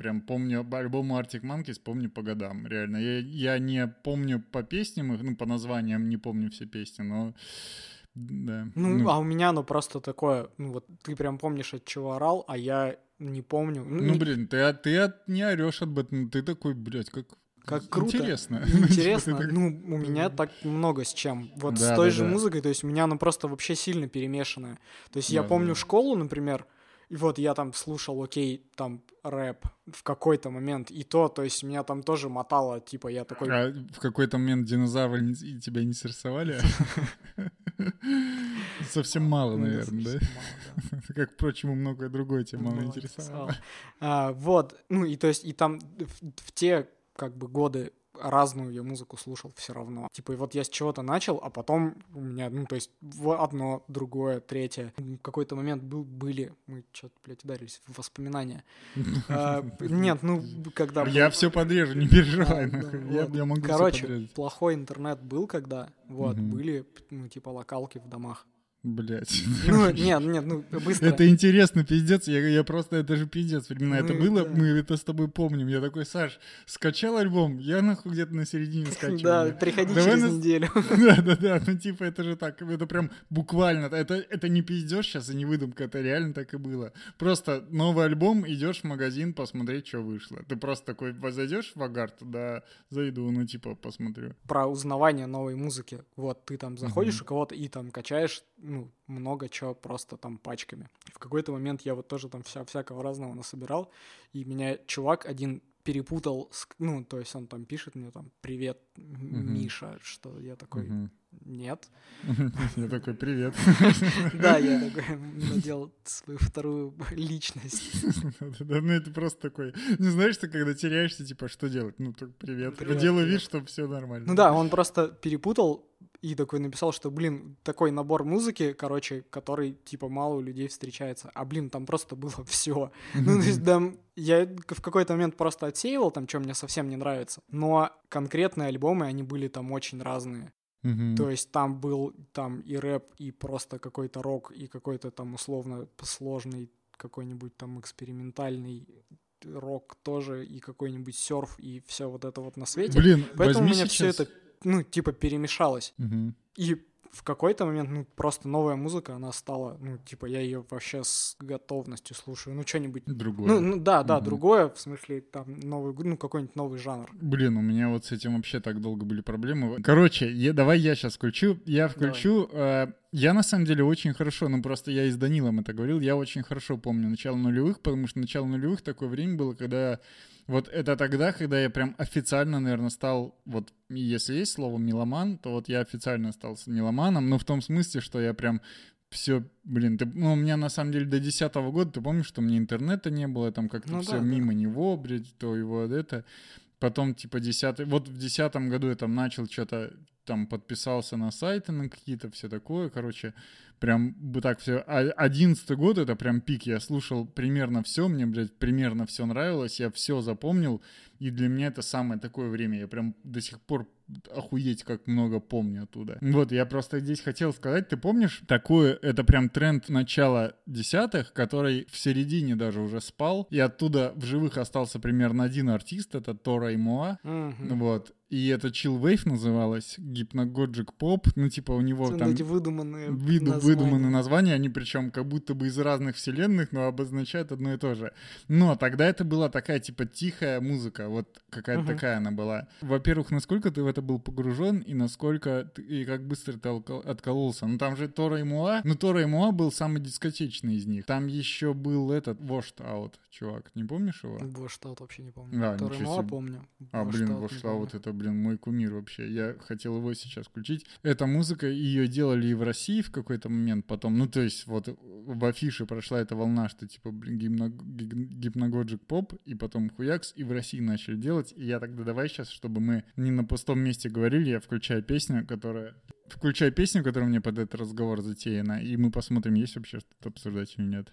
[SPEAKER 1] прям помню альбом Arctic Monkeys, помню по годам, реально. Я, я не помню по песням их, ну, по названиям не помню все песни, но... Да.
[SPEAKER 2] Ну, ну, а у меня оно просто такое, ну, вот ты прям помнишь, от чего орал, а я не помню.
[SPEAKER 1] Ну, ну блин, ты, ты от, не орешь от Бэтмена, ты такой, блядь, как...
[SPEAKER 2] Как круто.
[SPEAKER 1] Интересно.
[SPEAKER 2] Интересно. Ну, у меня так много с чем. Вот с той же музыкой, то есть у меня оно просто вообще сильно перемешанное. То есть я помню школу, например, и вот я там слушал, окей, там рэп в какой-то момент, и то, то есть меня там тоже мотало, типа я такой...
[SPEAKER 1] А в какой-то момент динозавры тебя не срисовали? Совсем мало, наверное, да? Как, впрочем, и многое другое тебя мало интересовало.
[SPEAKER 2] Вот, ну и то есть и там в те как бы годы разную я музыку слушал все равно. Типа, и вот я с чего-то начал, а потом у меня, ну, то есть, одно, другое, третье. В какой-то момент был, были, мы что-то, блядь, ударились в воспоминания. Нет, ну, когда...
[SPEAKER 1] Я все подрежу, не переживай. Я могу все подрезать.
[SPEAKER 2] Короче, плохой интернет был, когда, вот, были, ну, типа, локалки в домах.
[SPEAKER 1] Блять.
[SPEAKER 2] Ну, нет, нет, ну, быстро.
[SPEAKER 1] Это интересно, пиздец. Я, я просто, это же пиздец. Времена ну, это было, да. Мы это с тобой помним. Я такой, Саш, скачал альбом, я нахуй где-то на середине скачиваю.
[SPEAKER 2] Да, приходи Давай через нас... неделю.
[SPEAKER 1] Да-да-да, ну типа это же так, это прям буквально. Это, это не пиздёж сейчас и не выдумка, это реально так и было. Просто новый альбом, идешь в магазин посмотреть, что вышло. Ты просто такой, зайдешь в Агарт, да, зайду, ну типа посмотрю.
[SPEAKER 2] Про узнавание новой музыки. Вот ты там заходишь uh-huh. у кого-то и там качаешь, ну, много чего просто там пачками. В какой-то момент я вот тоже там вся, всякого разного насобирал, и меня чувак один перепутал, с, ну, то есть он там пишет мне там «Привет, uh-huh. Миша», что я такой uh-huh. «Нет».
[SPEAKER 1] Я такой «Привет».
[SPEAKER 2] Да, я такой надел свою вторую личность.
[SPEAKER 1] Да, ну это просто такой, не знаешь, ты когда теряешься, типа, что делать? Ну, только «Привет». Делаю вид, что все нормально.
[SPEAKER 2] Ну да, он просто перепутал, и такой написал, что, блин, такой набор музыки, короче, который, типа, мало у людей встречается. А, блин, там просто было все. Ну, то есть, да, я в какой-то момент просто отсеивал там, что мне совсем не нравится. Но конкретные альбомы, они были там очень разные.
[SPEAKER 1] Mm-hmm.
[SPEAKER 2] То есть там был там и рэп, и просто какой-то рок, и какой-то там условно сложный какой-нибудь там экспериментальный рок тоже, и какой-нибудь серф, и все вот это вот на свете.
[SPEAKER 1] Блин,
[SPEAKER 2] поэтому у меня
[SPEAKER 1] сейчас...
[SPEAKER 2] все это, ну, типа, перемешалось.
[SPEAKER 1] Угу.
[SPEAKER 2] И в какой-то момент, ну, просто новая музыка, она стала, ну, типа, я ее вообще с готовностью слушаю. Ну, что-нибудь...
[SPEAKER 1] Другое.
[SPEAKER 2] Ну, ну да, да, угу. другое, в смысле, там, новый, ну, какой-нибудь новый жанр.
[SPEAKER 1] Блин, у меня вот с этим вообще так долго были проблемы. Короче, я, давай я сейчас включу. Я включу... Э, я, на самом деле, очень хорошо, ну, просто я и с Данилом это говорил, я очень хорошо помню начало нулевых, потому что начало нулевых такое время было, когда... Вот это тогда, когда я прям официально, наверное, стал, вот если есть слово «меломан», то вот я официально стал меломаном, но в том смысле, что я прям все, блин, ты, ну, у меня на самом деле до десятого года, ты помнишь, что у меня интернета не было, там как-то ну, все да, мимо да. него, блядь, то его это. Потом, типа, десятый, вот в десятом году я там начал что-то, там подписался на сайты на какие-то, все такое, короче, прям бы так все. А одиннадцатый год — это прям пик, я слушал примерно все, мне, блядь, примерно все нравилось, я все запомнил, и для меня это самое такое время, я прям до сих пор охуеть, как много помню оттуда. Вот, я просто здесь хотел сказать, ты помнишь такое, это прям тренд начала десятых, который в середине даже уже спал, и оттуда в живых остался примерно один артист, это Тора и Моа,
[SPEAKER 2] mm-hmm.
[SPEAKER 1] вот. И это Chill Wave называлось, Hypnagogic Pop, ну типа у него
[SPEAKER 2] это
[SPEAKER 1] там
[SPEAKER 2] эти выдуманные
[SPEAKER 1] виду,
[SPEAKER 2] названия.
[SPEAKER 1] выдуманные названия, они причем как будто бы из разных вселенных, но обозначают одно и то же. Но тогда это была такая типа тихая музыка, вот какая-то uh-huh. такая она была. Во-первых, насколько ты в это был погружен и насколько ты, и как быстро ты откололся. Ну там же Тора и Моа, ну Тора и Моа был самый дискотечный из них. Там еще был этот Washed Out, чувак, не помнишь его?
[SPEAKER 2] Washed Out вообще не помню. А, Тора и Моа помню.
[SPEAKER 1] А,
[SPEAKER 2] Washed
[SPEAKER 1] блин,
[SPEAKER 2] Out
[SPEAKER 1] Washed Out это, блин, мой кумир вообще. Я хотел его сейчас включить. Эта музыка, ее делали и в России в какой-то момент потом. Ну, то есть вот в афише прошла эта волна, что типа, блин, Hypnagogic Pop, и потом хуякс, и в России начали делать. И я тогда давай сейчас, чтобы мы не на пустом месте говорили, я включаю песню, которая... Включаю песню, которая мне под этот разговор затеяна, и мы посмотрим, есть вообще что-то обсуждать или нет.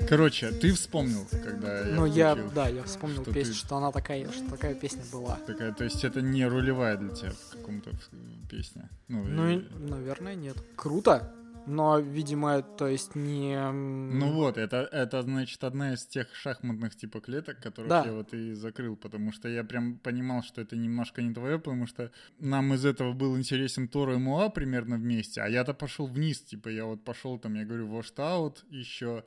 [SPEAKER 1] Короче, ты вспомнил, когда я
[SPEAKER 2] Ну, я,
[SPEAKER 1] включил,
[SPEAKER 2] да, я вспомнил
[SPEAKER 1] что
[SPEAKER 2] песню,
[SPEAKER 1] ты-
[SPEAKER 2] что она такая, что такая песня была.
[SPEAKER 1] Такая, то есть это не рулевая для тебя в каком-то в- песня? Ну,
[SPEAKER 2] Ну,
[SPEAKER 1] и-
[SPEAKER 2] и, наверное, нет. Круто, но, видимо, то есть не... м,
[SPEAKER 1] Ну вот, это, это, значит, одна из тех шахматных типа клеток, которых
[SPEAKER 2] Да.
[SPEAKER 1] я вот и закрыл, потому что я прям понимал, что это немножко не твое, потому что нам из этого был интересен Торо и Муа примерно вместе, а я-то пошел вниз, типа я вот пошел там, я говорю, Washed Out еще,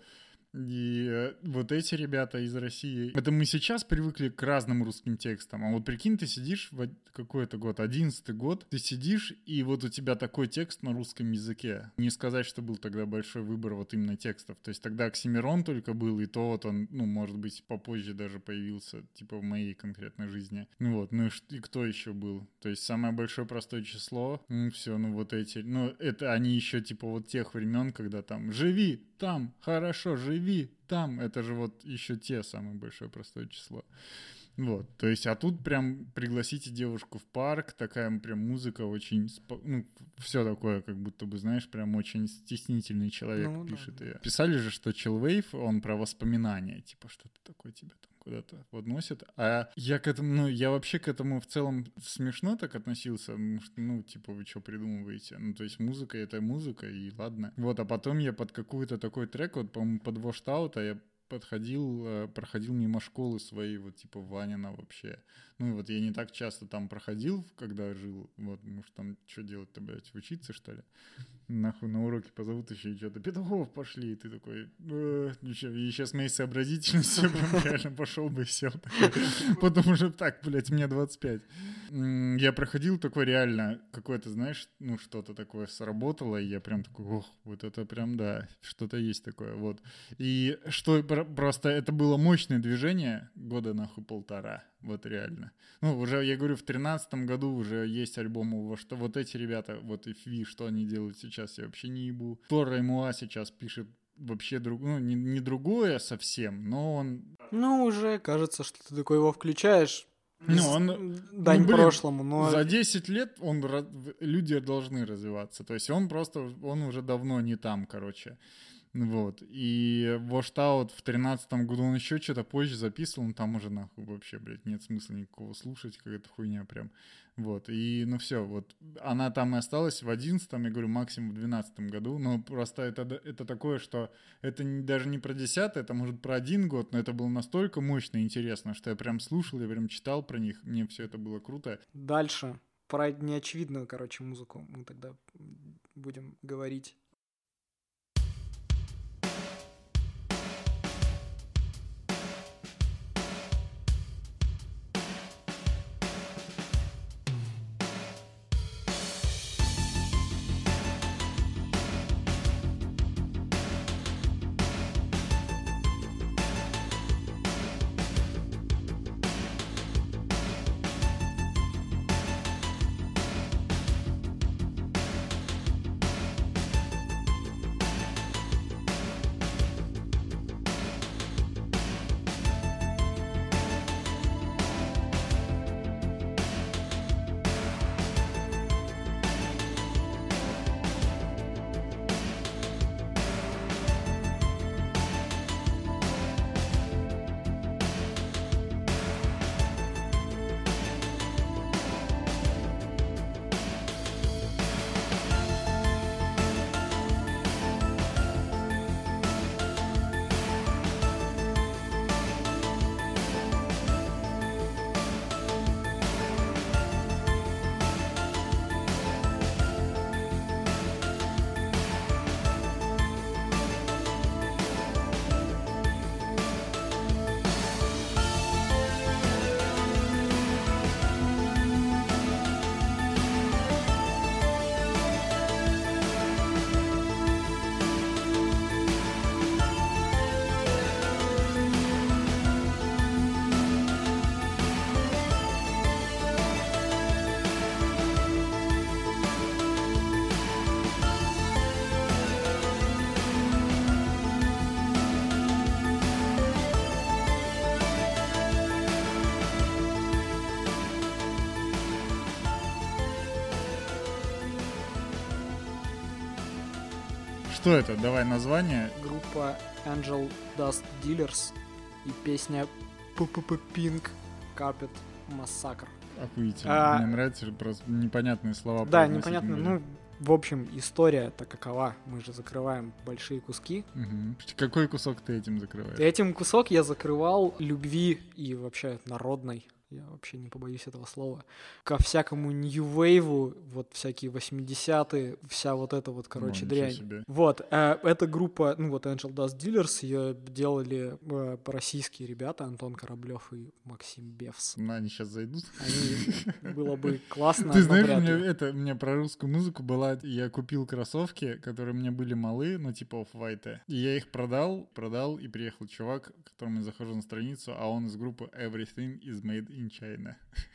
[SPEAKER 1] и э, вот эти ребята из России. Это мы сейчас привыкли к разным русским текстам, а вот прикинь, ты сидишь в од- какой-то год, одиннадцатый год, ты сидишь, и вот у тебя такой текст на русском языке. Не сказать, что был тогда большой выбор вот именно текстов. То есть тогда Оксимирон только был, и то вот он, ну, может быть, попозже даже появился, типа в моей конкретной жизни. Ну вот, ну и, ш- и кто еще был? То есть самое большое простое число, ну все, ну вот эти, ну это они еще типа вот тех времен, когда там «Живи там, хорошо, живи там», это же вот еще те самое большое простое число. Вот, то есть, а тут прям пригласите девушку в парк, такая прям музыка очень, спо- ну, все такое, как будто бы, знаешь, прям очень стеснительный человек
[SPEAKER 2] Ну, да,
[SPEAKER 1] пишет
[SPEAKER 2] да.
[SPEAKER 1] ее. Писали же, что Chillwave, он про воспоминания, типа, что-то такое тебя там куда-то подносит. А я к этому, ну, я вообще к этому в целом смешно так относился, потому что, ну, типа, вы что придумываете? Ну, то есть, музыка — это музыка, и ладно. Вот, а потом я под какой-то такой трек, вот, по-моему, под Washed Out, а я подходил, э, проходил мимо школы своей, вот типа Ванина вообще. Ну вот я не так часто там проходил, когда жил, вот, потому что там что делать-то, блядь, учиться, что ли? Нахуй на уроки позовут еще и что-то, педагогов пошли, и ты такой, «Э, ничего, и сейчас с моей сообразительностью прям реально пошел бы и сел. такой. Потом уже так, блядь, мне двадцать пять. М, Я проходил такой реально, какое-то, знаешь, ну что-то такое сработало, и я прям такой, ох, вот это прям, да, что-то есть такое, вот. И что про- просто это было мощное движение года нахуй полтора, вот реально. Ну, уже, я говорю, в тринадцатом году уже есть альбом его, что вот эти ребята, вот эф ви, что они делают сейчас, я вообще не ебу. Торо и Муа сейчас пишет вообще друг, ну, не, не другое совсем, но он...
[SPEAKER 2] Ну, уже кажется, что ты такой его включаешь.
[SPEAKER 1] Ну,
[SPEAKER 2] с-
[SPEAKER 1] он-
[SPEAKER 2] Дань
[SPEAKER 1] ну, блин,
[SPEAKER 2] прошлому, но...
[SPEAKER 1] За десять лет он, ра- люди должны развиваться. То есть он просто, он уже давно не там, короче. Вот. И Washed Out в тринадцатом году он еще что-то позже записывал, но там уже нахуй вообще, блядь, нет смысла никакого слушать, какая-то хуйня прям. Вот. И ну все, вот. Она там и осталась в одиннадцатом, я говорю, максимум в двенадцатом году. Но просто это, это такое, что это не, даже не про десятый, это может про один год, но это было настолько мощно и интересно, что я прям слушал, я прям читал про них, мне все это было круто.
[SPEAKER 2] Дальше. Про неочевидную, короче, музыку мы тогда будем говорить.
[SPEAKER 1] Кто это? Давай название.
[SPEAKER 2] Группа Angel Dust Dealers и песня Pink Carpet Massacre.
[SPEAKER 1] Охуительно. А... Мне нравится просто непонятные слова.
[SPEAKER 2] Да, непонятно. Ну, в общем, история-то какова? Мы же закрываем большие куски.
[SPEAKER 1] Угу. Какой кусок ты этим закрываешь?
[SPEAKER 2] Этим кусок я закрывал любви и вообще народной. Я вообще не побоюсь этого слова. Ко всякому нью-вейву, вот всякие восьмидесятые, вся вот эта вот, короче, ну, дрянь. Себе. Вот, э, эта группа, ну вот Angel Dust Dealers, ее делали э, российские ребята, Антон Кораблев и Максим Бевс.
[SPEAKER 1] Ну, они сейчас зайдут.
[SPEAKER 2] Они, было бы классно.
[SPEAKER 1] Ты знаешь, у меня, это, у меня про русскую музыку была, я купил кроссовки, которые мне были малы, ну типа Off-White, и я их продал, продал, и приехал чувак, к которому я захожу на страницу, а он из группы Everything is Made in China.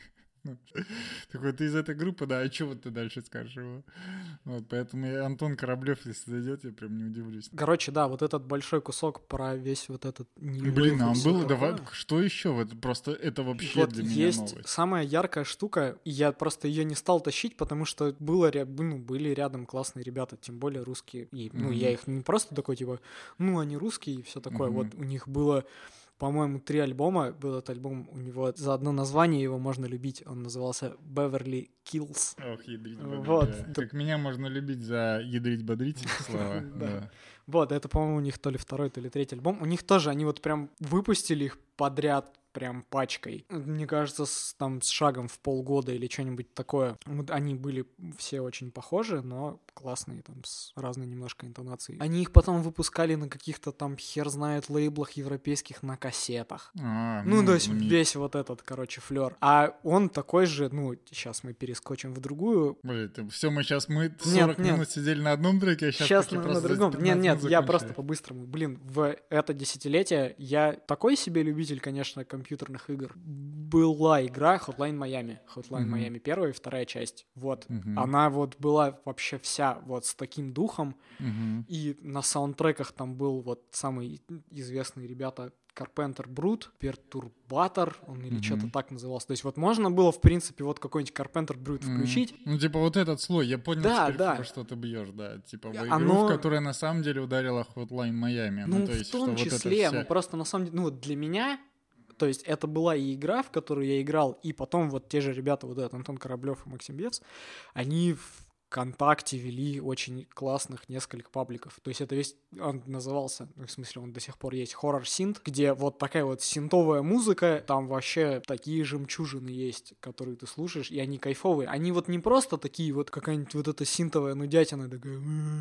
[SPEAKER 1] Такой, ты из этой группы, да, а что вот ты дальше скажешь его? Вот, поэтому я, Антон Кораблев, если зайдет, я прям не удивлюсь.
[SPEAKER 2] Короче, да, вот этот большой кусок про весь вот этот...
[SPEAKER 1] Блин, а он был, давай, что еще? Вот просто это вообще вот для меня
[SPEAKER 2] есть
[SPEAKER 1] новость.
[SPEAKER 2] Самая яркая штука, и я просто ее не стал тащить, потому что было, ну, были рядом классные ребята, тем более русские. И, ну, mm-hmm. я их не просто такой, типа, ну, они русские и все такое. Mm-hmm. Вот у них было... По-моему, три альбома. Был этот альбом, у него за одно название его можно любить. Он назывался Beverly Kills.
[SPEAKER 1] Ох, ядрить бодрить. Вот. Да. Как меня можно любить за ядрить бодрить слова. Да.
[SPEAKER 2] Вот, это, по-моему, у них то ли второй, то ли третий альбом. У них тоже, они вот прям выпустили их подряд прям пачкой. Мне кажется, с, там с шагом в полгода или что-нибудь такое. Вот они были все очень похожи, но классные, там, с разной немножко интонацией. Они их потом выпускали на каких-то там хер знает лейблах европейских на кассетах.
[SPEAKER 1] А,
[SPEAKER 2] ну,
[SPEAKER 1] ну,
[SPEAKER 2] то есть
[SPEAKER 1] не...
[SPEAKER 2] весь вот этот, короче, флёр. А он такой же, ну, сейчас мы перескочим в другую.
[SPEAKER 1] Блин, все, мы сейчас, мы сорок нет, минут нет. сидели на одном треке, а сейчас,
[SPEAKER 2] сейчас на, на другом. Нет, нет, я просто по-быстрому. Блин, в это десятилетие я такой себе любитель, конечно, компьютерных игр. Была игра Hotline Miami. Hotline uh-huh. Miami первая и вторая часть. Вот. Uh-huh. Она вот была вообще вся вот с таким духом.
[SPEAKER 1] Uh-huh.
[SPEAKER 2] И на саундтреках там был вот самый известный ребята Carpenter Brut, Perturbator, он или mm-hmm. что-то так назывался. То есть вот можно было, в принципе, вот какой-нибудь Carpenter Brut mm-hmm. включить.
[SPEAKER 1] Ну, типа вот этот слой, я понял,
[SPEAKER 2] да,
[SPEAKER 1] теперь,
[SPEAKER 2] да.
[SPEAKER 1] про что ты бьешь, да. Типа в игру,
[SPEAKER 2] Оно...
[SPEAKER 1] в которая на самом деле ударила Hotline Miami.
[SPEAKER 2] Ну,
[SPEAKER 1] ну то есть,
[SPEAKER 2] в том
[SPEAKER 1] что
[SPEAKER 2] числе,
[SPEAKER 1] вот это вся...
[SPEAKER 2] ну, просто на самом деле, ну, вот для меня, то есть это была и игра, в которую я играл, и потом вот те же ребята, вот этот Антон Кораблев и Максим Бевс, они в ВКонтакте вели очень классных несколько пабликов. То есть это весь, он назывался, ну, в смысле он до сих пор есть, Horror Synth, где вот такая вот синтовая музыка, там вообще такие жемчужины есть, которые ты слушаешь, и они кайфовые. Они вот не просто такие вот, какая-нибудь вот эта синтовая нудятина такая...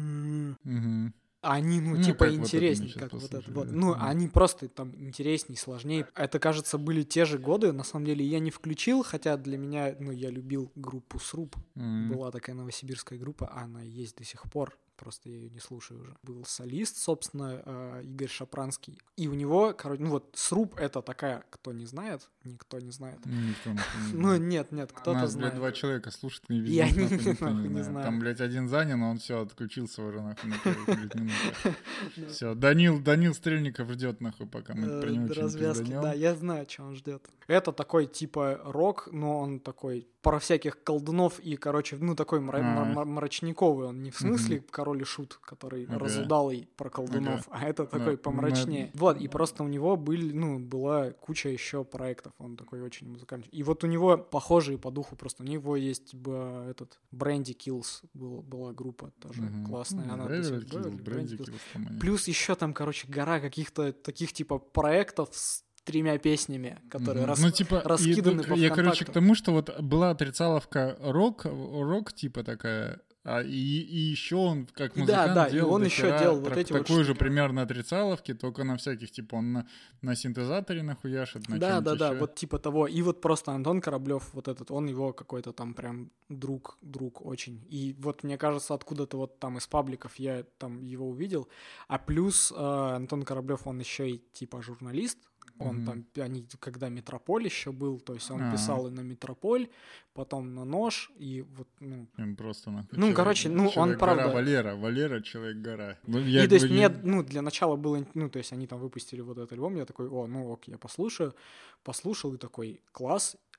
[SPEAKER 1] Угу.
[SPEAKER 2] Они, ну, ну типа, интереснее, как вот это вот. Ну, mm-hmm. они просто там интереснее, сложнее. Это, кажется, были те же годы. На самом деле, я не включил, хотя для меня, ну, я любил группу Сруб. Mm-hmm. Была такая новосибирская группа, она есть до сих пор. Просто я ее не слушаю уже. Был солист, собственно, Игорь Шапранский. И у него, короче, ну вот Сруб — это такая, кто не знает, никто не знает.
[SPEAKER 1] Никто не знает.
[SPEAKER 2] Ну нет, нет, кто-то
[SPEAKER 1] Нас,
[SPEAKER 2] знает.
[SPEAKER 1] Блядь, два человека слушают, и
[SPEAKER 2] я
[SPEAKER 1] нахуй,
[SPEAKER 2] не,
[SPEAKER 1] никто
[SPEAKER 2] нахуй
[SPEAKER 1] не,
[SPEAKER 2] не
[SPEAKER 1] знает.
[SPEAKER 2] знаю.
[SPEAKER 1] Там, блядь, один занят, он все, отключился уже, нахуй, на первых минутах. Все, Данил, Данил Стрельников ждет, нахуй, пока мы про него что-нибудь пизданем.
[SPEAKER 2] Да, я знаю, что он ждет. Это такой, типа, рок, но он такой про всяких колдунов и, короче, ну, такой мрачниковый. Он не в смысле король и шут, который Okay. разудалый про колдунов, okay. а это такой no. помрачнее. No. Вот, и просто у него были, ну, была куча еще проектов, он такой очень музыкальный. И вот у него похожие по духу просто, у него есть б, этот Brandy Kills, был, была группа тоже mm-hmm. классная.
[SPEAKER 1] Mm-hmm.
[SPEAKER 2] Она
[SPEAKER 1] Brandy Kills, Brandy Kills, Kills.
[SPEAKER 2] Плюс еще там, короче, гора каких-то таких типа проектов с тремя песнями, которые mm-hmm. рас...
[SPEAKER 1] ну, типа,
[SPEAKER 2] раскиданы
[SPEAKER 1] и,
[SPEAKER 2] по
[SPEAKER 1] Я,
[SPEAKER 2] ВКонтакту.
[SPEAKER 1] короче, к тому, что вот была отрицаловка рок, рок типа такая, а, и, и еще он, как музыкант,
[SPEAKER 2] да, да,
[SPEAKER 1] делал,
[SPEAKER 2] и он еще делал вот
[SPEAKER 1] трак,
[SPEAKER 2] эти
[SPEAKER 1] такой
[SPEAKER 2] вот
[SPEAKER 1] же примерно отрицаловки, только на всяких, типа, он на, на синтезаторе нахуяшит, на
[SPEAKER 2] да, да,
[SPEAKER 1] еще.
[SPEAKER 2] да, вот типа того. И вот просто Антон Кораблев, вот этот, он его какой-то там прям друг, друг очень. И вот мне кажется, откуда-то вот там из пабликов я там его увидел. А плюс э, Антон Кораблев, он еще и типа журналист. Он mm-hmm. там, они, когда Метрополь еще был, то есть он А-а-а. писал и на Метрополь, потом на Нож, и вот, ну...
[SPEAKER 1] Им просто нахуй.
[SPEAKER 2] Ну, человек, короче, ну, он правда...
[SPEAKER 1] Валера, Валера, Человек-гора.
[SPEAKER 2] Ну, и, то есть, мне, ну, для начала было, ну, то есть, они там выпустили вот этот альбом, я такой, о, ну, ок, я послушаю, послушал, и такой, класс.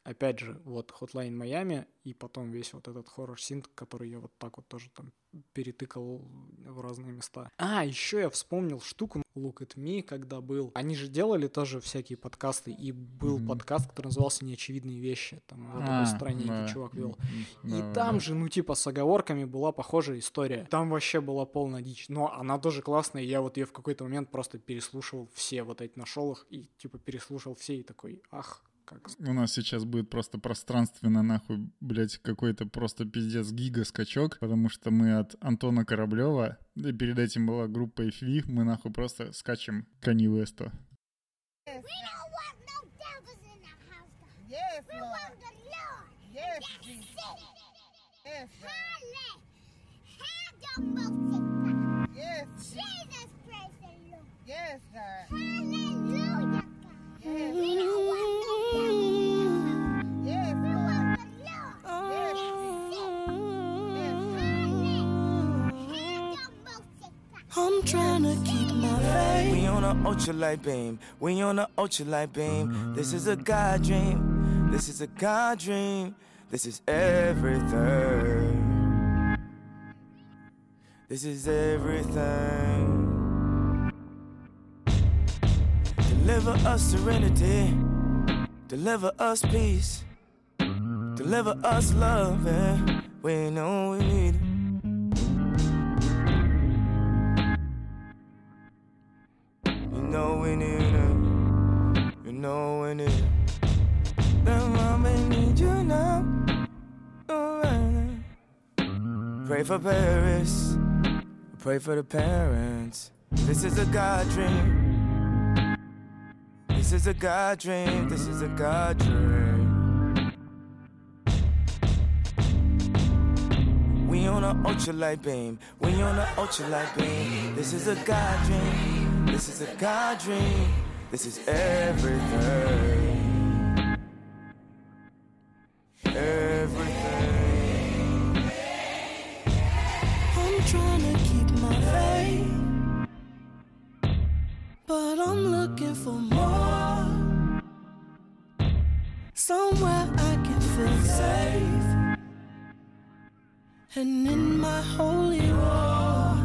[SPEAKER 2] Опять же, вот Hotline Miami и потом весь вот этот хоррор-син, который я вот так вот тоже там перетыкал в разные места. А, еще я вспомнил штуку Look at Me, когда был. Они же делали тоже всякие подкасты, и был mm-hmm. подкаст, который назывался «Неочевидные вещи». Там в другой стране да. чувак вел. Да, и да, там да. же, ну типа с оговорками была похожая история. Там вообще была полная дичь. Но она тоже классная, и я вот ее в какой-то момент просто переслушивал все вот эти, нашел их, и типа переслушал все, и такой, ах, как...
[SPEAKER 1] У нас сейчас будет просто пространственно, нахуй, блядь, какой-то просто пиздец гига-скачок, потому что мы от Антона Кораблева, и перед этим была группа эф ви, мы нахуй просто скачем Канье Уэста.
[SPEAKER 3] I'm trying to keep my faith. We on an ultralight beam. We on an ultralight beam. This is a God dream. This is a God dream. This is everything. This is everything. Deliver us serenity. Deliver us peace. Deliver us love. And we know we need it. You know we need it. You know we need it. Then mama need you now. Oh, right. Pray for Paris. Pray for the parents. This is a God dream. This is a God dream. This is a God dream. We on an ultralight beam. We on an ultralight beam. This is a God dream. This is a God dream. This is everything. Everything. I'm trying to keep my faith, but I'm looking for more. Somewhere I can feel safe, and in my holy war,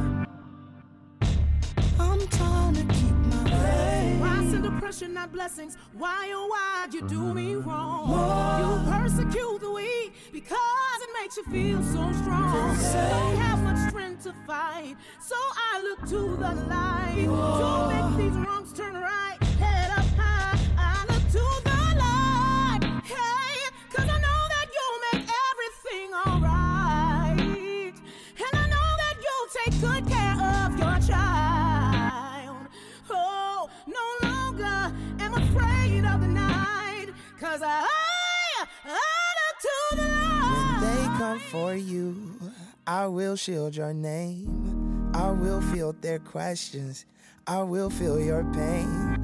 [SPEAKER 3] I'm trying to keep my faith.
[SPEAKER 4] Why send depression, not blessings? Why, oh, why'd you do me wrong? More. You persecute the weak because it makes you feel so strong. Don't have much strength to fight, so I look to the light. Whoa. To make these wrongs turn right, head up high, I look to the light. Hey, cause I know that you'll make everything alright, and I know that you'll take good care of your child. Oh, no longer am afraid of the night, cause I, I look to the light.
[SPEAKER 3] When they come for you, I will shield your name. I will field their questions. I will feel your pain.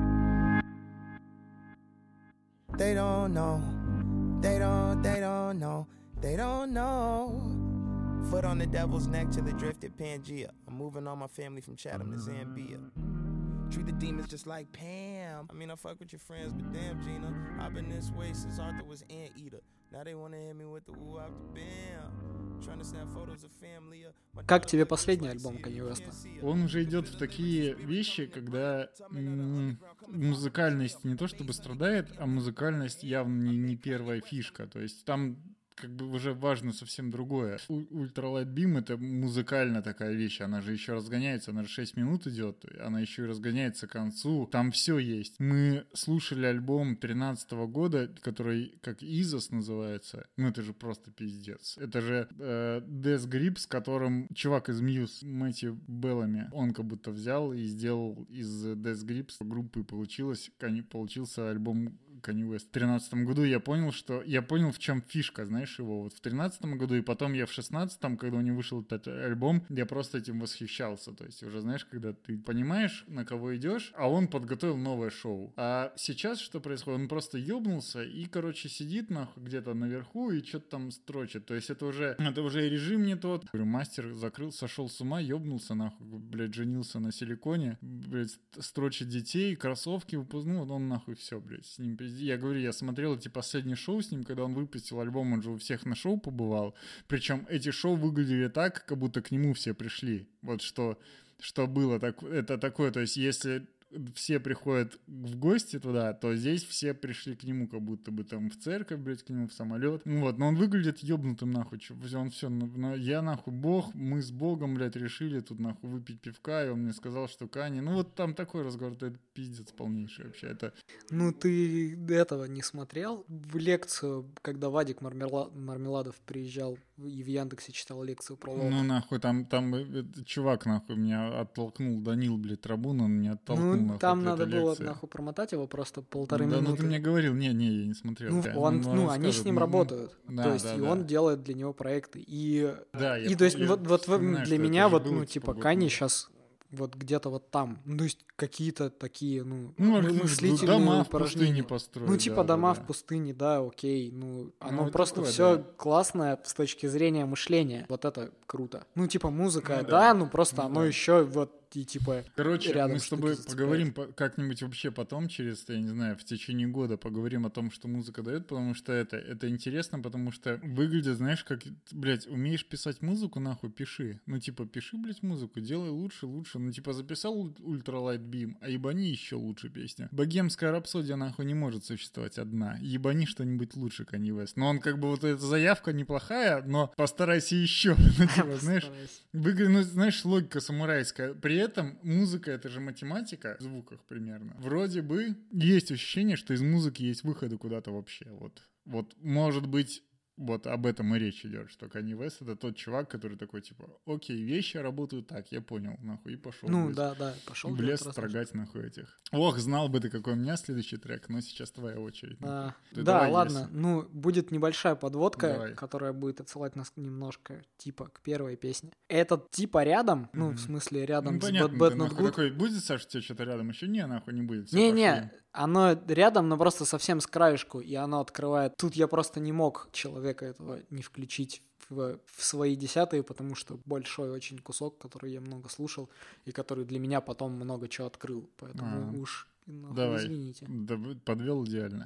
[SPEAKER 3] They don't know. They don't, they don't know. They don't know. Foot on the devil's neck till it drifted Pangea. I'm moving all my family from Chatham to Zambia. Treat the demons just like Pam. I mean, I fuck with your friends, but damn, Gina, I've been this way since Arthur was Anteater. Now they wanna hit me with the woo out the bam. Trying to snap photos of family.
[SPEAKER 2] Как тебе последний альбом Канье Уэста?
[SPEAKER 1] Он уже идет в такие вещи, когда м- музыкальность не то чтобы страдает, а музыкальность явно не, не первая фишка. То есть там как бы уже важно совсем другое. Ультралайт Бим — это музыкальная такая вещь, она же еще разгоняется, она же шесть минут идет, она еще и разгоняется к концу, там все есть. Мы слушали альбом тринадцатого года, который как Изос называется, ну это же просто пиздец. Это же э, Death Grip, с которым чувак из Muse, Мэтью Беллами, он как будто взял и сделал из Death Grips группы, получилось, получился альбом Канье Уэст. В тринадцатом году я понял, что... Я понял, в чем фишка, знаешь, его. Вот в тринадцатом году, и потом я в шестнадцатом, когда у него вышел этот альбом, я просто этим восхищался. То есть уже, знаешь, когда ты понимаешь, на кого идешь, а он подготовил новое шоу. А сейчас что происходит? Он просто ёбнулся и, короче, сидит, нахуй, где-то наверху и что-то там строчит. То есть это уже... Это уже и режим не тот. Говорю, мастер закрыл, сошел с ума, ёбнулся, нахуй, блядь, женился на силиконе, блядь, строчит детей, кроссовки, ну, он нахуй все, блядь, с ним пиздец. я говорю, я смотрел эти последние шоу с ним, когда он выпустил альбом, он же у всех на шоу побывал. Причем эти шоу выглядели так, как будто к нему все пришли. Вот что, что было. Так, это такое, то есть если... все приходят в гости туда, то здесь все пришли к нему, как будто бы там в церковь, блядь, к нему в самолет. Вот, но он выглядит ёбнутым нахуй. Он все, ну, я нахуй бог, мы с богом, блядь, решили тут нахуй выпить пивка, и он мне сказал, что Кани. Ну вот там такой разговор, это пиздец полнейший вообще. Это...
[SPEAKER 2] Ну ты этого не смотрел? В лекцию, когда Вадик Мармела... Мармеладов приезжал и в Яндексе читал лекцию про лоб.
[SPEAKER 1] Ну нахуй, там, там чувак нахуй меня оттолкнул, Данил, блядь, Трабун, он меня оттолкнул.
[SPEAKER 2] Ну,
[SPEAKER 1] нахуй,
[SPEAKER 2] там надо
[SPEAKER 1] лекция.
[SPEAKER 2] было нахуй промотать его просто полторы
[SPEAKER 1] да,
[SPEAKER 2] минуты.
[SPEAKER 1] Ну ты мне говорил, не, не, я не смотрел.
[SPEAKER 2] Ну,
[SPEAKER 1] да.
[SPEAKER 2] он,
[SPEAKER 1] ну,
[SPEAKER 2] ну они с ним
[SPEAKER 1] ну,
[SPEAKER 2] работают.
[SPEAKER 1] Да,
[SPEAKER 2] то есть
[SPEAKER 1] да,
[SPEAKER 2] и
[SPEAKER 1] да.
[SPEAKER 2] он делает для него проекты. И,
[SPEAKER 1] да,
[SPEAKER 2] и
[SPEAKER 1] я,
[SPEAKER 2] то есть
[SPEAKER 1] я
[SPEAKER 2] вот, вот
[SPEAKER 1] вспоминаю,
[SPEAKER 2] для
[SPEAKER 1] что
[SPEAKER 2] меня вот,
[SPEAKER 1] было,
[SPEAKER 2] ну, типа,
[SPEAKER 1] год
[SPEAKER 2] Кани
[SPEAKER 1] назад.
[SPEAKER 2] сейчас вот где-то вот там. Ну, то есть какие-то такие, ну,
[SPEAKER 1] Ну,
[SPEAKER 2] мыслительные
[SPEAKER 1] дома в
[SPEAKER 2] упражнения.
[SPEAKER 1] пустыне построить.
[SPEAKER 2] Ну, типа
[SPEAKER 1] да,
[SPEAKER 2] дома
[SPEAKER 1] да,
[SPEAKER 2] в пустыне, да, окей. Ну, оно
[SPEAKER 1] это
[SPEAKER 2] просто
[SPEAKER 1] такое,
[SPEAKER 2] все
[SPEAKER 1] да.
[SPEAKER 2] классное с точки зрения мышления. Вот это круто. Ну, типа музыка,
[SPEAKER 1] Ну,
[SPEAKER 2] да,
[SPEAKER 1] да.
[SPEAKER 2] ну просто
[SPEAKER 1] Ну,
[SPEAKER 2] оно
[SPEAKER 1] да.
[SPEAKER 2] еще вот и типа
[SPEAKER 1] Короче,
[SPEAKER 2] рядом
[SPEAKER 1] мы с
[SPEAKER 2] штуки
[SPEAKER 1] тобой
[SPEAKER 2] зацепляют.
[SPEAKER 1] поговорим по- как-нибудь вообще потом, через, я не знаю, в течение года поговорим о том, что музыка дает, потому что это, это интересно, потому что выглядит, знаешь, как, блядь, умеешь писать музыку, нахуй, пиши. Ну, типа, пиши, блядь, музыку, делай лучше, лучше. Ну, типа, записал Ultra Light Beam, а ебани еще лучше песня. Богемская рапсодия, нахуй, не может существовать одна. Ебани что-нибудь лучше, Kanye West. Но он, как бы, вот эта заявка неплохая, но постарайся еще. Ну, типа, знаешь, выглядит, ну, знаешь, логика самурайская. При этом музыка — это же математика в звуках примерно. Вроде бы есть ощущение, что из музыки есть выходы куда-то вообще. Вот, вот может быть, вот об этом и речь идет, что Kanye West — это тот чувак, который такой, типа, окей, вещи работают так, я понял, нахуй, и пошел.
[SPEAKER 2] Ну,
[SPEAKER 1] блядь,
[SPEAKER 2] да, да, пошел.
[SPEAKER 1] в лес строгать, нахуй, этих. Ох, знал бы ты, какой у меня следующий трек, но сейчас твоя очередь.
[SPEAKER 2] А,
[SPEAKER 1] Ты
[SPEAKER 2] да,
[SPEAKER 1] давай,
[SPEAKER 2] ладно,
[SPEAKER 1] если-
[SPEAKER 2] ну, будет небольшая подводка,
[SPEAKER 1] Давай.
[SPEAKER 2] которая будет отсылать нас немножко, типа, к первой песне. Этот типа рядом, ну,
[SPEAKER 1] Мгм.
[SPEAKER 2] в смысле, рядом
[SPEAKER 1] Ну,
[SPEAKER 2] с
[SPEAKER 1] понятно,
[SPEAKER 2] Bad Bad
[SPEAKER 1] ты
[SPEAKER 2] Not
[SPEAKER 1] нахуй
[SPEAKER 2] Good.
[SPEAKER 1] такой, будет, Саша, тебе что-то рядом? Еще не, нахуй, не будет. Всё,
[SPEAKER 2] Не-не,
[SPEAKER 1] пошли.
[SPEAKER 2] оно рядом, но просто совсем с краешку, и оно открывает. Тут я просто не мог человека этого не включить в, в свои десятые, потому что большой очень кусок, который я много слушал, и который для меня потом много чего открыл. Поэтому
[SPEAKER 1] А.
[SPEAKER 2] уж, нахуй,
[SPEAKER 1] Давай.
[SPEAKER 2] извините.
[SPEAKER 1] Да, подвел идеально.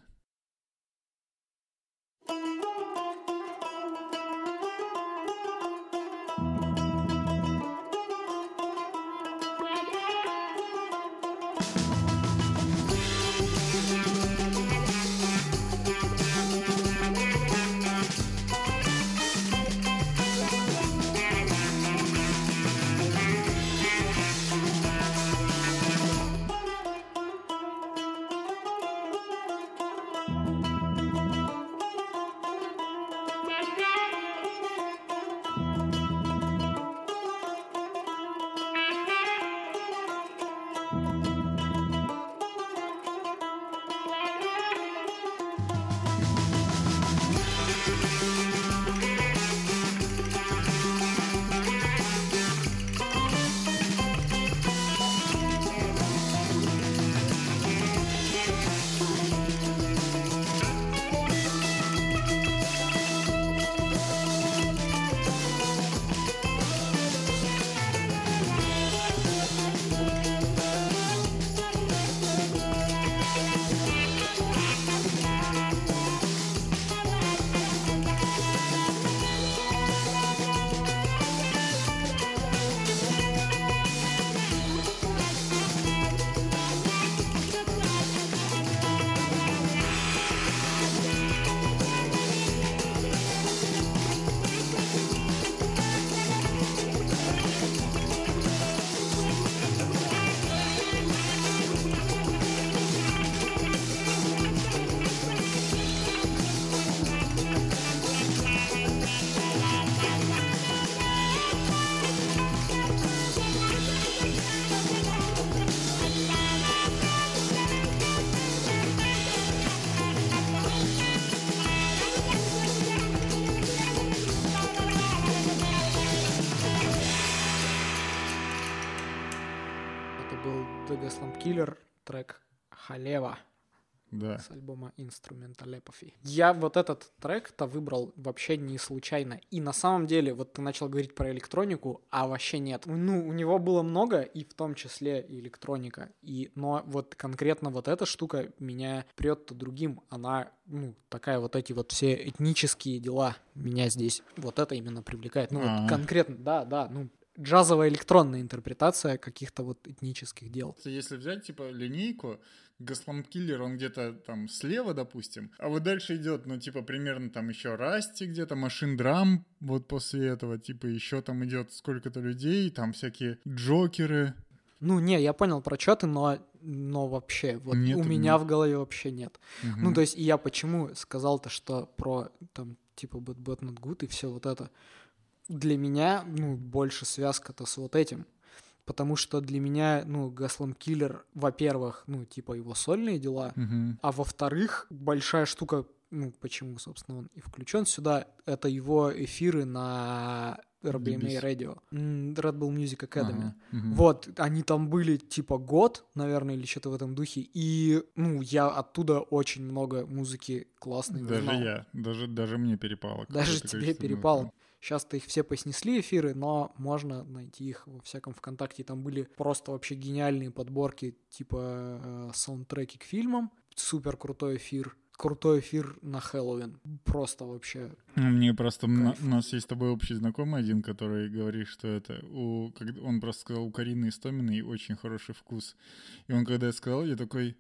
[SPEAKER 2] Это был The Gaslamp Killer, трек Халева.
[SPEAKER 1] Да.
[SPEAKER 2] С альбома Instrumental-Epophy. Я вот этот трек-то выбрал вообще не случайно. И на самом деле, вот ты начал говорить про электронику, а вообще нет. Ну, у него было много, и в том числе и электроника. И, но вот конкретно вот эта штука меня прет-то другим. Она, ну, такая вот эти вот все этнические дела меня здесь вот это именно привлекает. Ну, вот конкретно, да, да, ну, джазовая электронная интерпретация каких-то вот этнических дел.
[SPEAKER 1] Если взять, типа, линейку, Gaslamp Killer, он где-то там слева, допустим, а вот дальше идет, ну, типа, примерно там еще Расти где-то, Machine Drum, вот после этого, типа, еще там идет сколько-то людей, там всякие Джокеры.
[SPEAKER 2] Ну, не, я понял про что ты, но, но вообще, вот нет, у меня нет. В голове вообще нет. Угу. Ну, то есть, и я почему сказал-то, что про, там, типа, Bad Bad Not Good и все вот это, для меня, ну, больше связка-то с вот этим. Потому что для меня, ну, Gaslamp Killer, во-первых, ну, типа его сольные дела, uh-huh. а во-вторых, большая штука, ну, почему, собственно, он и включен сюда, это его эфиры на эр би эм эй Radio, Red Bull Music Academy. Uh-huh. Uh-huh. Вот, они там были, типа, год, наверное, или что-то в этом духе, и, ну, я оттуда очень много музыки классной
[SPEAKER 1] даже
[SPEAKER 2] узнал.
[SPEAKER 1] Я, даже, даже мне перепало.
[SPEAKER 2] Даже тебе перепало. Музыки. Сейчас-то их все поснесли эфиры, но можно найти их во всяком ВКонтакте. Там были просто вообще гениальные подборки, типа э, саундтреки к фильмам. Супер крутой эфир. Крутой эфир на Хэллоуин. Просто вообще.
[SPEAKER 1] Мне просто... На, у нас есть с тобой общий знакомый один, который говорит, что это... У, как, он просто сказал, у Карины Истоминой очень хороший вкус. И он, когда я сказал, я такой...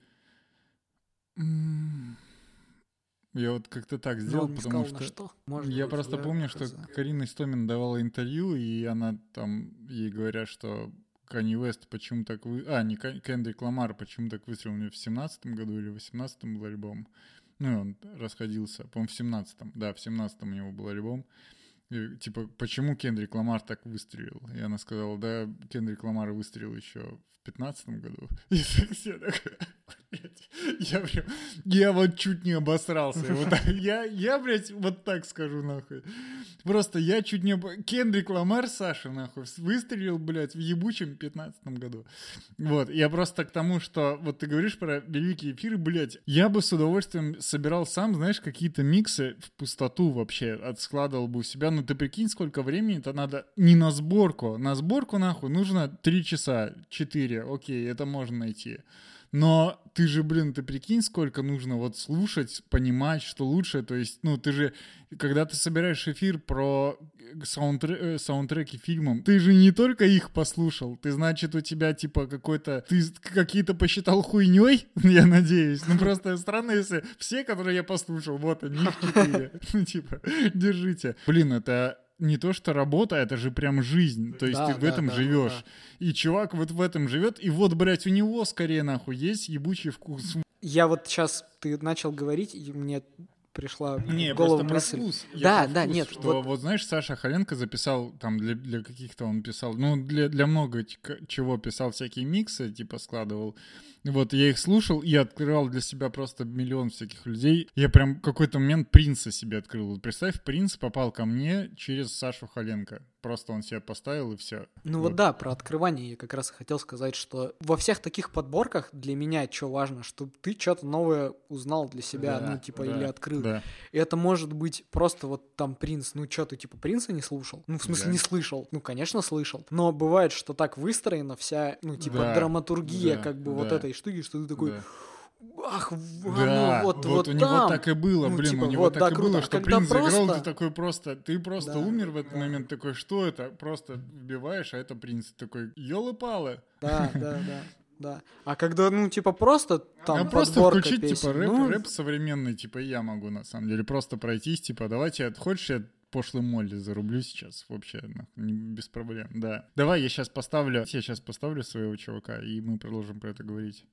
[SPEAKER 1] М-м-м. Я вот как-то так сделал,
[SPEAKER 2] потому
[SPEAKER 1] сказал,
[SPEAKER 2] что...
[SPEAKER 1] что...
[SPEAKER 2] Может
[SPEAKER 1] я
[SPEAKER 2] быть,
[SPEAKER 1] просто
[SPEAKER 2] я
[SPEAKER 1] помню, что
[SPEAKER 2] знаю.
[SPEAKER 1] Карина Истомина давала интервью, и она там, ей говорят, что Канье Уэст почему так... Вы... А, не Кендрик Ламар почему так выстрелил у него в семнадцатом году или в восемнадцатом был альбом. Ну, и он расходился, по-моему, в семнадцатом. Да, в семнадцатом у него был альбом. И, типа, почему Кендрик Ламар так выстрелил? И она сказала, да, Кендрик Ламар выстрелил еще в пятнадцатом году. И так все так... Я прям, я вот чуть не обосрался. Вот так, я, я, блядь, вот так скажу, нахуй. Просто я чуть не... Об... Кендрик Ламар, Саша, нахуй, выстрелил, блядь, в ебучем пятнадцатом году. Вот, я просто к тому, что... Вот ты говоришь про великие эфиры, блядь. Я бы с удовольствием собирал сам, знаешь, какие-то миксы в пустоту вообще. Отскладывал бы у себя. Но ты прикинь, сколько времени-то надо не на сборку. На сборку, нахуй, нужно три часа, четыре. Окей, это можно найти. Но ты же, блин, ты прикинь, сколько нужно вот слушать, понимать, что лучше. То есть, ну, ты же, когда ты собираешь эфир про саундтре- саундтреки фильмам, ты же не только их послушал, ты, значит, у тебя, типа, какой-то... Ты какие-то посчитал хуйней, я надеюсь. Ну, просто странно, если все, которые я послушал, вот они, их четыре. Ну, типа, держите. Блин, это... Не то, что работа, это же прям жизнь. То есть да, ты в да, этом да, живешь. Да. И чувак вот в этом живет. И вот, блядь, у него скорее нахуй есть ебучий вкус.
[SPEAKER 2] Я вот сейчас, ты начал говорить, и мне пришла
[SPEAKER 1] не,
[SPEAKER 2] в голову
[SPEAKER 1] мысль.
[SPEAKER 2] Вкус.
[SPEAKER 1] Да,
[SPEAKER 2] да, вкус,
[SPEAKER 1] нет. Что вот... вот, знаешь, Саша Холенко записал, там, для, для каких-то он писал, ну, для, для много чего писал всякие миксы, типа, складывал. Вот, я их слушал и открывал для себя просто миллион всяких людей. Я прям в какой-то момент Принца себе открыл. Вот представь, Принц попал ко мне через Сашу Холенко. Просто он себя поставил и все.
[SPEAKER 2] Ну вот. вот да, про открывание я как раз хотел сказать, что во всех таких подборках для меня что важно, что ты что-то новое узнал для себя, да, ну типа да, или открыл. Да. И это может быть просто вот там Принц, ну что ты типа Принца не слушал? Ну в смысле да. не слышал? Ну конечно слышал. Но бывает, что так выстроена вся, ну типа да, драматургия да, как бы да. вот этой штуки, что ты такой... Да. Ах,
[SPEAKER 1] да,
[SPEAKER 2] ну, вот,
[SPEAKER 1] вот,
[SPEAKER 2] вот
[SPEAKER 1] у
[SPEAKER 2] там.
[SPEAKER 1] него так и было,
[SPEAKER 2] ну,
[SPEAKER 1] блин,
[SPEAKER 2] типа,
[SPEAKER 1] у него
[SPEAKER 2] вот,
[SPEAKER 1] так
[SPEAKER 2] да,
[SPEAKER 1] и
[SPEAKER 2] круто.
[SPEAKER 1] было, что
[SPEAKER 2] Когда
[SPEAKER 1] Принц
[SPEAKER 2] просто...
[SPEAKER 1] заиграл, ты такой просто, ты просто да, умер в этот да. момент, такой, что это? Просто вбиваешь, а это Принц, такой, ёлы-палы.
[SPEAKER 2] Да, да, да, да. А когда, ну, типа, просто там
[SPEAKER 1] а просто включить,
[SPEAKER 2] песен,
[SPEAKER 1] типа, рэп,
[SPEAKER 2] ну...
[SPEAKER 1] рэп современный, типа, я могу, на самом деле, просто пройтись, типа, давайте, хочешь, я пошлый Молли зарублю сейчас вообще, нахуй, без проблем, да. Давай, я сейчас поставлю, я сейчас поставлю своего чувака, и мы продолжим про это говорить.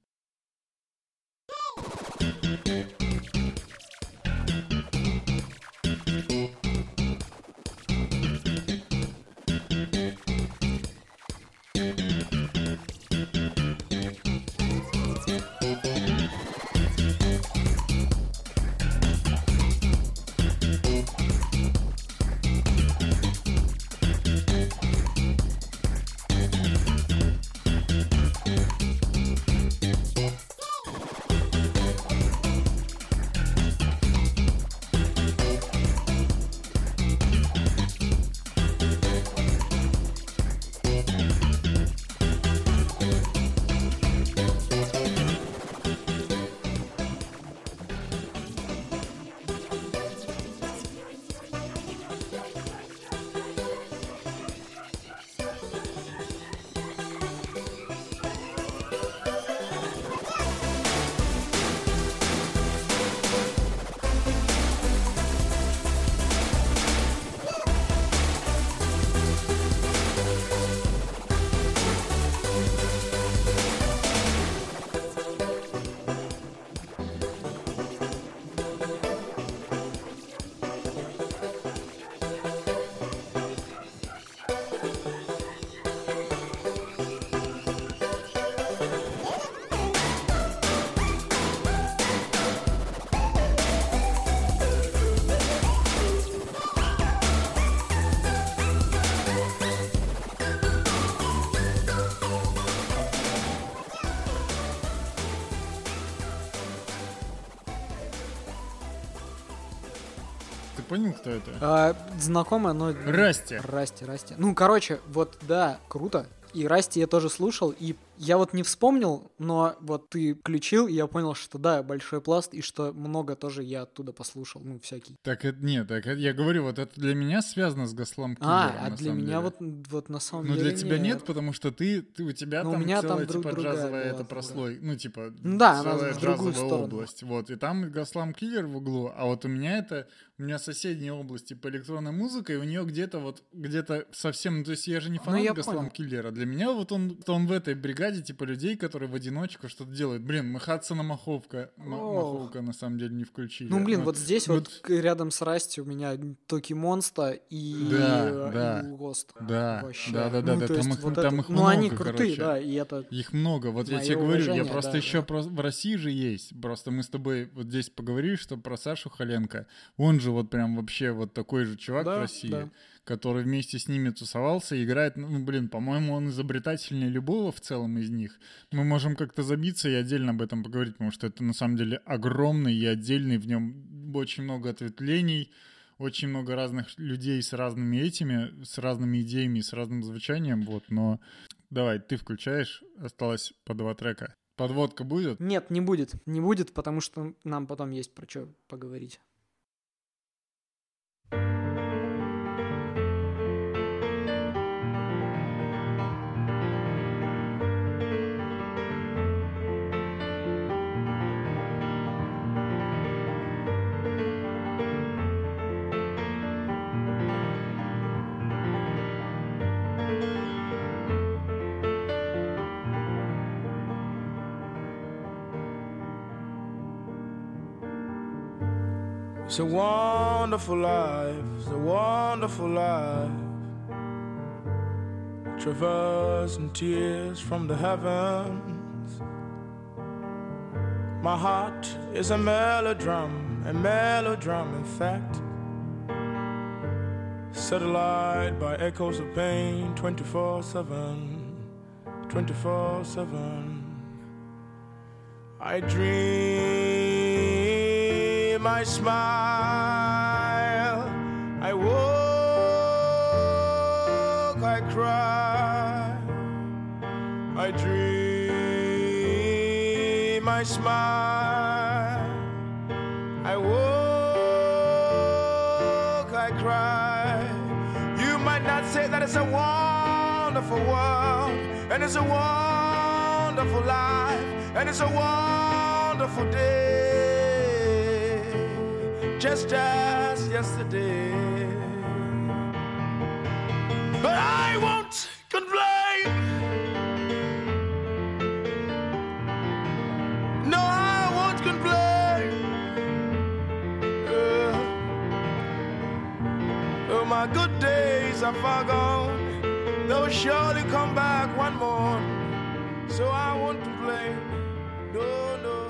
[SPEAKER 1] Ты понял, кто это?
[SPEAKER 2] А, знакомая, но...
[SPEAKER 1] Расти.
[SPEAKER 2] Расти, Расти. Ну, короче, вот, да, круто. И Расти я тоже слушал, и я вот не вспомнил, но вот ты включил, и я понял, что да, большой пласт, и что много тоже я оттуда послушал, ну, всякий.
[SPEAKER 1] Так это нет, так это, я говорю, вот это для меня связано с Гослам Киллером.
[SPEAKER 2] А, а для меня вот, вот на самом
[SPEAKER 1] ну,
[SPEAKER 2] деле
[SPEAKER 1] для тебя
[SPEAKER 2] нет.
[SPEAKER 1] нет, потому что ты, ты у тебя
[SPEAKER 2] но
[SPEAKER 1] там
[SPEAKER 2] у меня
[SPEAKER 1] целая,
[SPEAKER 2] там
[SPEAKER 1] типа, джазовая
[SPEAKER 2] была,
[SPEAKER 1] это прослой,
[SPEAKER 2] да.
[SPEAKER 1] ну, типа,
[SPEAKER 2] да,
[SPEAKER 1] целая джазовая
[SPEAKER 2] сторону.
[SPEAKER 1] область, вот, и там Гослам Киллер в углу, а вот у меня это, у меня соседняя область, типа, электронная музыка, и у нее где-то вот, где-то совсем, то есть я же не фанат Гослам Киллера, для меня вот он, он в этой бригаде, типа, людей, которые в одиночку что-то делают. Блин, мы Хадсона Маховка, Маховка на самом деле не включили.
[SPEAKER 2] Ну, блин,
[SPEAKER 1] но,
[SPEAKER 2] вот здесь вот, вот рядом с Расти у меня Токи Монста и,
[SPEAKER 1] да, да,
[SPEAKER 2] и Гост.
[SPEAKER 1] Да,
[SPEAKER 2] вообще.
[SPEAKER 1] да, да, да,
[SPEAKER 2] ну,
[SPEAKER 1] да. Там,
[SPEAKER 2] есть,
[SPEAKER 1] их,
[SPEAKER 2] вот
[SPEAKER 1] там
[SPEAKER 2] это,
[SPEAKER 1] их
[SPEAKER 2] ну,
[SPEAKER 1] много,
[SPEAKER 2] они крутые,
[SPEAKER 1] короче.
[SPEAKER 2] да, и это...
[SPEAKER 1] Их много. Вот я тебе говорю, я просто
[SPEAKER 2] да,
[SPEAKER 1] еще
[SPEAKER 2] да.
[SPEAKER 1] Про... в России же есть. Просто мы с тобой вот здесь поговорили, что про Сашу Холенко. Он же вот прям вообще вот такой же чувак
[SPEAKER 2] да,
[SPEAKER 1] в России,
[SPEAKER 2] да.
[SPEAKER 1] который вместе с ними тусовался, играет, ну, блин, по-моему, он изобретательнее любого в целом из них. Мы можем как-то забиться и отдельно об этом поговорить, потому что это на самом деле огромный и отдельный, в нем очень много ответвлений, очень много разных людей с разными этими, с разными идеями, с разным звучанием, вот, но давай, ты включаешь, осталось по два трека. Подводка будет?
[SPEAKER 2] Нет, не будет, не будет, потому что нам потом есть про что поговорить.
[SPEAKER 3] It's a wonderful life, it's a wonderful life. Traversing tears from the heavens. My heart is a melodram, a melodram in fact. Set alight by echoes of pain, twenty-four seven, twenty-four seven. I dream, I smile, I walk, I cry. I dream, I smile, I walk, I cry. You might not say that it's a wonderful world, and it's a wonderful life, and it's a wonderful day, just as yesterday. But I won't complain. No, I won't complain. Uh, oh, my good days are far gone. They'll surely come back one more. So I won't complain. No, no.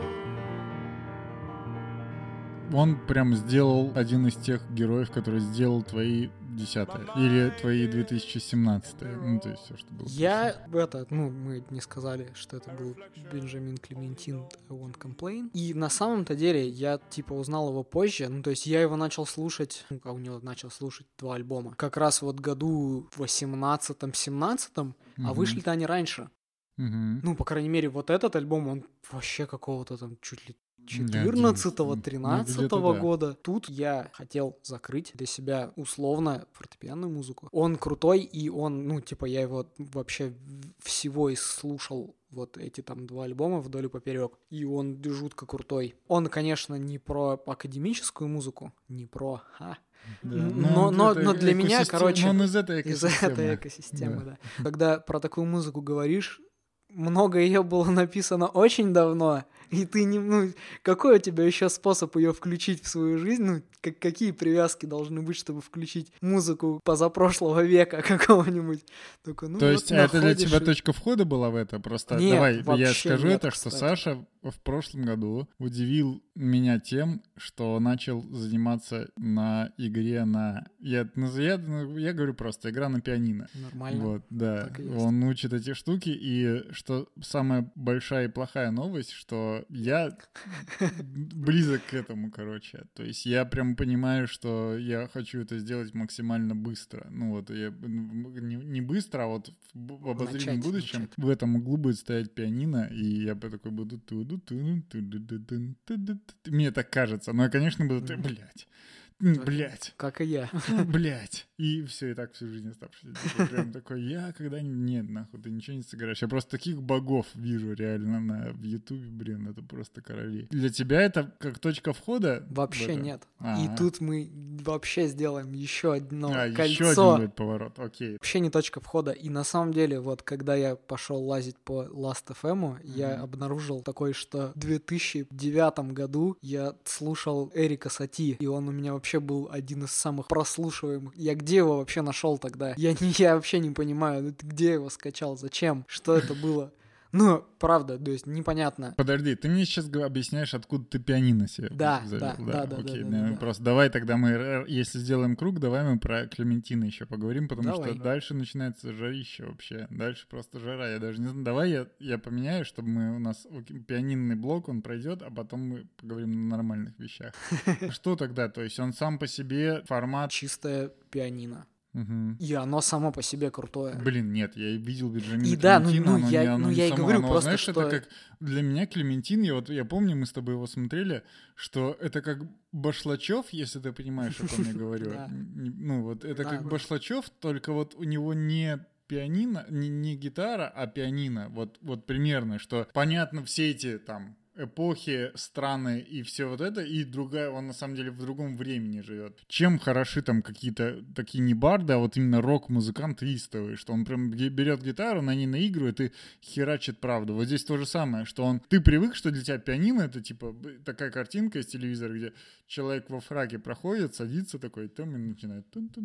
[SPEAKER 1] Он прям сделал один из тех героев, который сделал твои десятые или твои две тысячи семнадцатые. Ну, то есть все, что было.
[SPEAKER 2] Я, это, ну, мы не сказали, что это был Бенджамин Клементин I Won't Complain. И на самом-то деле я, типа, узнал его позже. Ну, то есть я его начал слушать, ну, а у него начал слушать два альбома. Как раз вот году восемнадцатом-семнадцатом, mm-hmm. а вышли-то они раньше.
[SPEAKER 1] Mm-hmm.
[SPEAKER 2] Ну, по крайней мере, вот этот альбом, он вообще какого-то там чуть ли четырнадцатого-тринадцатого
[SPEAKER 1] ну,
[SPEAKER 2] года. Тут я хотел закрыть для себя условно фортепианную музыку. Он крутой, и он, ну, типа, я его вообще всего и слушал вот эти там два альбома вдоль и поперек. И он жутко крутой. Он, конечно, не про академическую музыку, не про... Ха,
[SPEAKER 1] да,
[SPEAKER 2] но, но, но для меня, короче...
[SPEAKER 1] Он из этой экосистемы.
[SPEAKER 2] Из этой экосистемы, да. да. Когда про такую музыку говоришь, много ее было написано очень давно, и ты не... Ну, какой у тебя еще способ ее включить в свою жизнь? Ну, как, какие привязки должны быть, чтобы включить музыку позапрошлого века какого-нибудь? Только, ну,
[SPEAKER 1] То
[SPEAKER 2] вот
[SPEAKER 1] есть это для тебя
[SPEAKER 2] и...
[SPEAKER 1] точка входа была в это? Просто
[SPEAKER 2] нет,
[SPEAKER 1] давай, я скажу
[SPEAKER 2] нет,
[SPEAKER 1] это,
[SPEAKER 2] кстати.
[SPEAKER 1] что Саша в прошлом году удивил меня тем, что начал заниматься на игре на... Я, я, я говорю просто, игра на пианино.
[SPEAKER 2] Нормально.
[SPEAKER 1] Вот, да. Он учит эти штуки, и что самая большая и плохая новость, что я близок к этому, короче. То есть я прям понимаю, что я хочу это сделать максимально быстро. Ну вот, я не, не быстро, а вот в обозримом начать, будущем начать. В этом углу будет стоять пианино, и я такой буду... Мне так кажется. Но я, конечно, буду... Блядь. Блять.
[SPEAKER 2] Как и я.
[SPEAKER 1] Блять. И все, и так всю жизнь оставшуюся. Прям такой, я когда-нибудь... Нет, нахуй, ты ничего не сыграешь. Я просто таких богов вижу реально на в Ютубе, блин, это просто короли. Для тебя это как точка входа?
[SPEAKER 2] Вообще нет. А-а-а. И тут мы вообще сделаем еще одно
[SPEAKER 1] а,
[SPEAKER 2] кольцо.
[SPEAKER 1] Еще один будет поворот, окей.
[SPEAKER 2] Вообще не точка входа. И на самом деле, вот когда я пошел лазить по Last эф эм, mm-hmm. я обнаружил такое, что в две тысячи девятом году я слушал Эрика Сати, и он у меня вообще был один из самых прослушиваемых. Я где его вообще нашел тогда? Я, не, я вообще не понимаю, ну ты где его скачал, зачем, что это было? Ну, правда, то есть непонятно.
[SPEAKER 1] Подожди, ты мне сейчас объясняешь, откуда ты пианино себе
[SPEAKER 2] да,
[SPEAKER 1] завел.
[SPEAKER 2] Да, да, да,
[SPEAKER 1] окей,
[SPEAKER 2] да, да, да.
[SPEAKER 1] Просто давай тогда мы, если сделаем круг, давай мы про Клементина еще поговорим, потому
[SPEAKER 2] давай.
[SPEAKER 1] что дальше начинается жарище вообще. Дальше просто жара. Я даже не знаю. Давай я, я поменяю, чтобы мы у нас пианинный блок, он пройдет, а потом мы поговорим на нормальных вещах. Что тогда? То есть он сам по себе формат...
[SPEAKER 2] Чистое пианино.
[SPEAKER 1] Угу.
[SPEAKER 2] И оно само по себе крутое.
[SPEAKER 1] Блин, нет, я видел Бенджамина
[SPEAKER 2] и да,
[SPEAKER 1] Клементина,
[SPEAKER 2] ну, ну, я,
[SPEAKER 1] не,
[SPEAKER 2] ну я и
[SPEAKER 1] само,
[SPEAKER 2] говорю
[SPEAKER 1] оно,
[SPEAKER 2] просто,
[SPEAKER 1] знаешь,
[SPEAKER 2] что...
[SPEAKER 1] это как для меня Клементин, я вот я помню, мы с тобой его смотрели, что это как Башлачев, если ты понимаешь, о ком я говорю. Ну вот это как Башлачев, только вот у него не пианино, не гитара, а пианино. Вот вот примерно, что понятно все эти там эпохи, страны и все вот это, и другая, он на самом деле в другом времени живет. Чем хороши там какие-то такие не барды, а вот именно рок-музыкант истовый, что он прям берет гитару, на ней наигрывает и херачит правду. Вот здесь то же самое, что он... Ты привык, что для тебя пианино — это типа такая картинка из телевизора, где человек во фраке проходит, садится такой, там и начинает...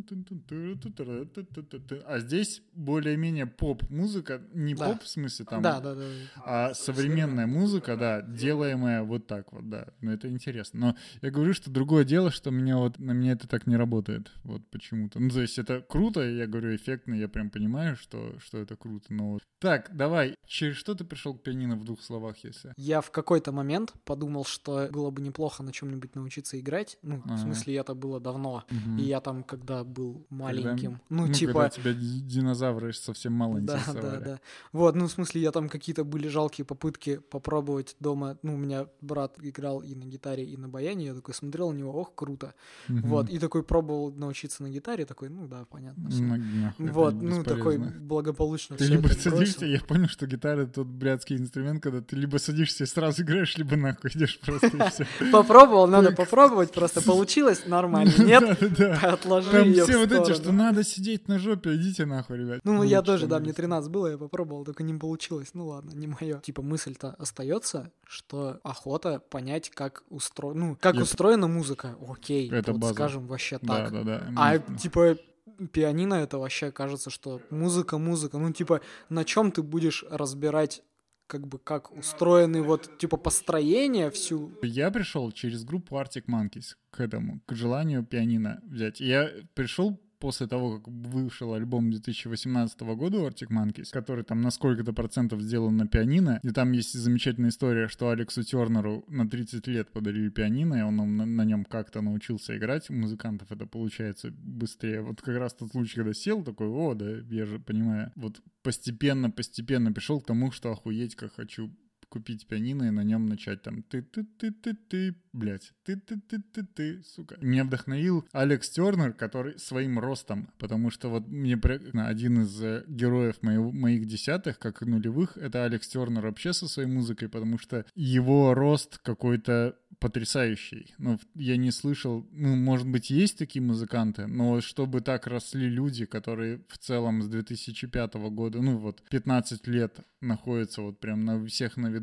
[SPEAKER 1] А здесь более-менее поп-музыка, не да. поп в смысле там,
[SPEAKER 2] да, да, да.
[SPEAKER 1] а современная музыка, да, делаемая вот так вот, да. Но это интересно. Но я говорю, что другое дело, что меня вот, на меня это так не работает. Вот почему-то. Ну, то есть это круто, я говорю, эффектно, я прям понимаю, что, что это круто. Но вот. Так, давай, через что ты пришел к пианино в двух словах, если?
[SPEAKER 2] Я в какой-то момент подумал, что было бы неплохо на чем-нибудь научиться играть. Ну, ага. в смысле, это было давно. Угу. И я там, когда был маленьким, когда, ну, ну, типа...
[SPEAKER 1] Когда тебя динозавры совсем мало интересовали.
[SPEAKER 2] Да, да, да. Вот, ну, в смысле, я там какие-то были жалкие попытки попробовать дома. Ну, у меня брат играл и на гитаре, и на баяне. Я такой смотрел на него, ох, круто. Угу. Вот, и такой пробовал научиться на гитаре. Такой, ну, да, понятно.
[SPEAKER 1] На,
[SPEAKER 2] вот, ну, такой благополучно
[SPEAKER 1] ты
[SPEAKER 2] все
[SPEAKER 1] либо
[SPEAKER 2] это
[SPEAKER 1] садишься,
[SPEAKER 2] бросил.
[SPEAKER 1] я понял, что гитара — это тот блядский инструмент, когда ты либо садишься и сразу играешь, либо нахуй идешь просто и все.
[SPEAKER 2] Попробовал, надо попробовать, просто получилось нормально. Нет, отложи
[SPEAKER 1] там
[SPEAKER 2] ее
[SPEAKER 1] все вот эти, что надо сидеть на жопе, идите нахуй, ребят.
[SPEAKER 2] Ну, я тоже, да, мне тринадцать было, я попробовал, только не получилось. Ну ладно, не мое. Типа мысль-то остается, что охота понять, как устроена, ну, как устроена музыка. Окей, вот скажем вообще так.
[SPEAKER 1] Да, да, да.
[SPEAKER 2] А типа пианино — это вообще кажется, что музыка, музыка. Ну, типа, на чем ты будешь разбирать, как бы, как устроены вот, типа, построение всю.
[SPEAKER 1] Я пришел через группу Arctic Monkeys к этому, к желанию пианино взять. Я пришел после того, как вышел альбом две тысячи восемнадцатого года у Arctic Monkeys, который там на сколько-то процентов сделан на пианино, и там есть замечательная история, что Алексу Тернеру на тридцать лет подарили пианино, и он на, на нем как-то научился играть. У музыкантов это получается быстрее. Вот как раз тот случай, когда сел, такой, о, да, я же понимаю. Вот постепенно-постепенно пришел к тому, что охуеть, как хочу купить пианино и на нем начать там ты-ты-ты-ты-ты, блядь, ты-ты-ты-ты-ты, сука. Меня вдохновил Алекс Тернер, который своим ростом, потому что вот мне один из героев моего, моих десятых, как и нулевых, это Алекс Тернер вообще со своей музыкой, потому что его рост какой-то потрясающий. Ну, я не слышал, ну, может быть, есть такие музыканты, но чтобы так росли люди, которые в целом с две тысячи пятого года, ну, вот, пятнадцать лет находятся вот прям на всех на виду,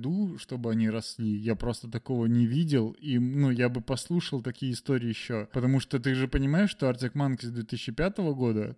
[SPEAKER 1] году, чтобы они росли. Я просто такого не видел, и, ну, я бы послушал такие истории еще. Потому что ты же понимаешь, что Arctic Monkeys две тысячи пятого года